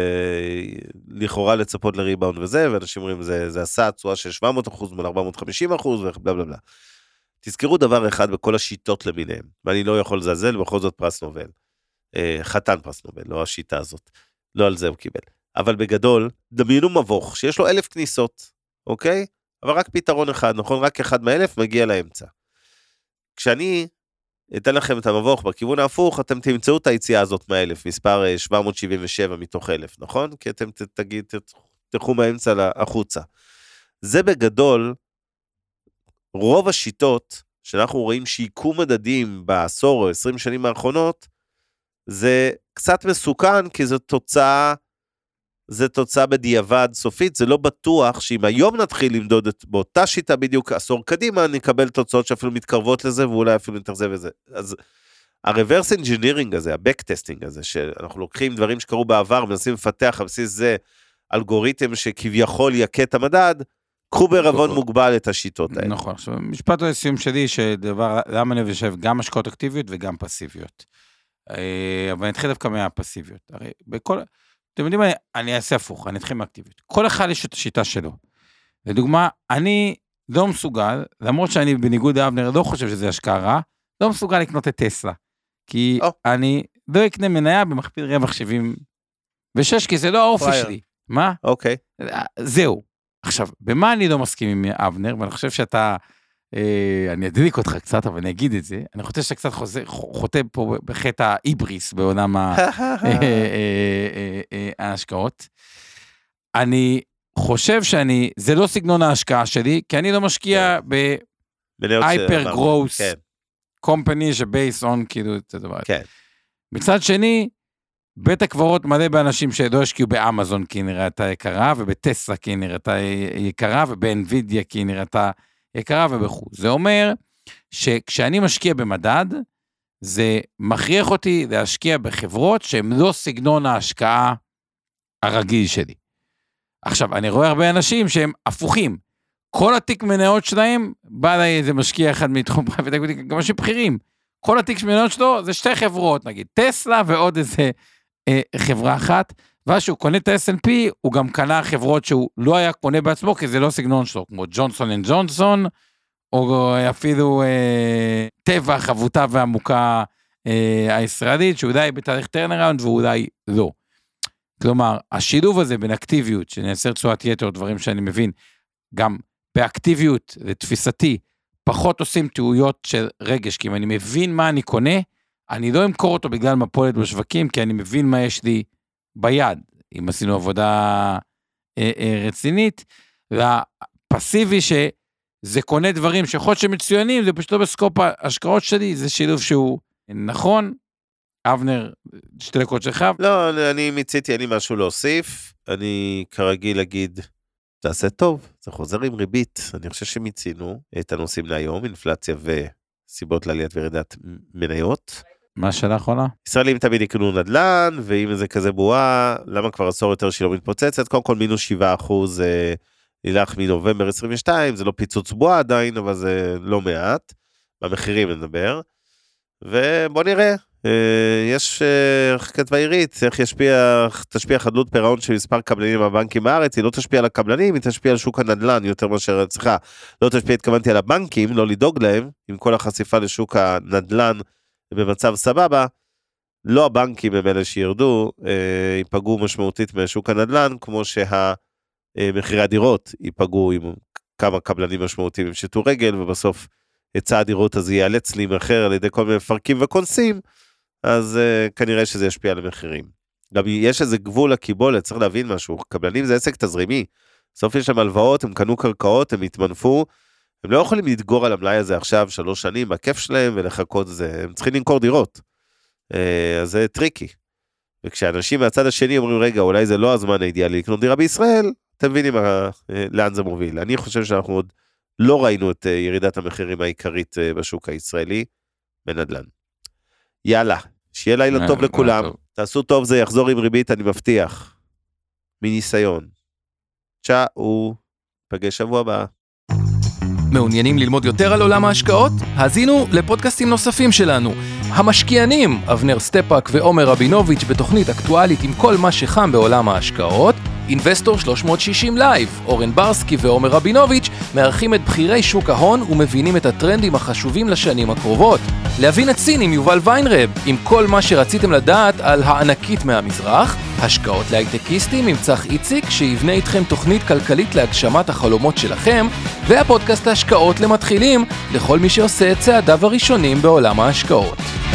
ולכאורה לצפות לריבאונד וזה, ואנשים אומרים, זה עשה תשואה של 700% מול 450%, ובלה בלה בלה. תזכרו דבר אחד בכל השיטות למיניהם, ואני לא יכול לזלזל, בכל זאת פרס נובל. חתן פרס נובל, לא השיטה הזאת. לא על זה הוא קיבל. אבל בגדול, דמיינו מבוך, שיש לו 1,000 כניסות, אוקיי? אבל רק פתרון אחד, נכון? רק אחד מ-1,000 מגיע לאמצע. כשאני אתן לכם את המבוך בכיוון ההפוך, אתם תמצאו את היציאה הזאת מה-1,000, מספר 777 מתוך 1,000, נכון? כי אתם תלכו מהאמצע החוצה. זה בגדול, רוב השיטות שאנחנו רואים שיקום מדדים בעשור או 20 שנים האחרונות, זה קצת מסוכן, כי זו תוצאה בדיעבד סופית, זה לא בטוח שאם היום נתחיל למדוד באותה שיטה בדיוק עשור קדימה, נקבל תוצאות שאפילו מתקרבות לזה, ואולי אפילו נתרזה בזה. אז ה-reverse engineering הזה, ה-backtasting הזה, שאנחנו לוקחים דברים שקרו בעבר, מנסים לפתח על בסיס זה, אלגוריתם שכביכול יקה את המדד, קחו בערבון מוגבל את השיטות האלה. נכון, עכשיו, משפט לסיום שלי, שדבר, למה אני חושב גם השקעות אקטיביות וגם פסיביות. אבל אני אתחיל דווקא מהפסיביות. הרי בכל... אתם יודעים, אני אעשה הפוך, אני אתחיל מהאקטיביות. כל אחד יש את השיטה שלו. לדוגמה, אני לא מסוגל, למרות שאני בניגוד לאבנר, לא חושב שזה השקעה רע, לא מסוגל לקנות את טסלה. כי אני לא אקנה מניה במכפיל רווח 76, כי זה לא האופי שלי. מה? אוקיי. זהו. עכשיו, במה אני לא מסכים עם אבנר, ואני חושב שאתה, אני אדליק אותך קצת, אבל אני אגיד את זה, אני חושב שאתה קצת חוטא פה בחטא האיבריס, בעולם ההשקעות. אני חושב זה לא סגנון ההשקעה שלי, כי אני לא משקיע ב-hyper growth company שבייס on כאילו את הדבר. מצד שני, בית הקברות מלא באנשים שלא השקיעו באמזון כי היא נראתה יקרה, ובטסלה כי היא נראתה יקרה, ובאנווידיה כי היא נראתה יקרה ובכו. זה אומר שכשאני משקיע במדד, זה מכריח אותי להשקיע בחברות שהן לא סגנון ההשקעה הרגיל שלי. עכשיו, אני רואה הרבה אנשים שהם הפוכים. כל התיק מניות שלהם, בא לי איזה משקיע אחד מתחום פרייבט אקוויטי, גם אנשים בכירים. כל התיק מניות שלו זה שתי חברות, נגיד טסלה ועוד איזה חברה אחת, ואז שהוא קונה את ה-S&P, הוא גם קנה חברות שהוא לא היה קונה בעצמו, כי זה לא סגנון שלו, כמו ג'ונסון אנד ג'ונסון, או אפילו טבע, חבותה ועמוקה הישראלית, שאולי בתהליך טרנראונד ואולי לא. כלומר, השילוב הזה בין אקטיביות, שנייצר תשואת יתר, דברים שאני מבין, גם באקטיביות, לתפיסתי, פחות עושים טעויות של רגש, כי אם אני מבין מה אני קונה, אני לא אמכור אותו בגלל מפולת בשווקים, כי אני מבין מה יש לי ביד, אם עשינו עבודה רצינית, והפסיבי שזה קונה דברים שיכול שמצוינים, זה פשוט לא בסקופ ההשקעות שלי, זה שילוב שהוא נכון. אבנר, 2 דקות שלך. לא, אני מציתי, אין לי משהו להוסיף, אני כרגיל אגיד, תעשה טוב, זה חוזר עם ריבית, אני חושב שמיצינו את הנושאים להיום, אינפלציה וסיבות לעליית וירידת מניות. מה שאלה האחרונה? ישראלים תמיד יקנו נדל"ן, ואם זה כזה בועה, למה כבר עשור יותר שהיא לא מתפוצצת? קודם כל מינוס 7% לילך מנובמבר 22, זה לא פיצוץ בועה עדיין, אבל זה לא מעט, במחירים נדבר, ובוא נראה, יש כתבה עירית, איך תשפיע חדלות פירעון של מספר קבלנים בבנקים בארץ, היא לא תשפיע על הקבלנים, היא תשפיע על שוק הנדל"ן יותר מאשר, לא תשפיע, התכוונתי על הבנקים, לא לדאוג להם, עם כל החשיפה לשוק הנדל"ן במצב סבבה, לא הבנקים הם אלה שירדו, ייפגעו משמעותית משוק הנדל"ן, כמו שהמחירי הדירות ייפגעו עם כמה קבלנים משמעותיים עם שטו רגל, ובסוף היצע הדירות הזה ייאלץ להימכר על ידי כל מיני מפרקים וקונסים, אז כנראה שזה ישפיע על המחירים. גם יש איזה גבול לקיבולת, צריך להבין משהו, קבלנים זה עסק תזרימי, בסוף יש להם הלוואות, הם קנו קרקעות, הם התמנפו, הם לא יכולים לדגור על המלאי הזה עכשיו 3 שנים, בכיף שלהם ולחכות זה, הם צריכים למכור דירות, אז זה טריקי. וכשאנשים מהצד השני אומרים, רגע, אולי זה לא הזמן האידיאלי לקנות דירה בישראל, אתם מבינים לאן זה מוביל. אני חושב שאנחנו עוד לא ראינו את ירידת המחירים העיקרית בשוק הישראלי, בנדל"ן. יאללה, שיהיה לילה טוב לכולם, תעשו טוב, זה יחזור עם ריבית, אני מבטיח. מניסיון. צ'או, פגש שבוע הבא. מעוניינים ללמוד יותר על עולם ההשקעות? האזינו לפודקאסטים נוספים שלנו. המשקיענים, אבנר סטפאק ועומר רבינוביץ' בתוכנית אקטואלית עם כל מה שחם בעולם ההשקעות. אינבסטור 360 לייב, אורן ברסקי ועומר רבינוביץ' מארחים את בחירי שוק ההון ומבינים את הטרנדים החשובים לשנים הקרובות. להבין את סין עם יובל ויינרב, עם כל מה שרציתם לדעת על הענקית מהמזרח. השקעות להייטקיסטים עם צח איציק, שיבנה איתכם תוכנית כלכלית להגשמת החלומות שלכם, והפודקאסט ההשקעות למתחילים, לכל מי שעושה את צעדיו הראשונים בעולם ההשקעות.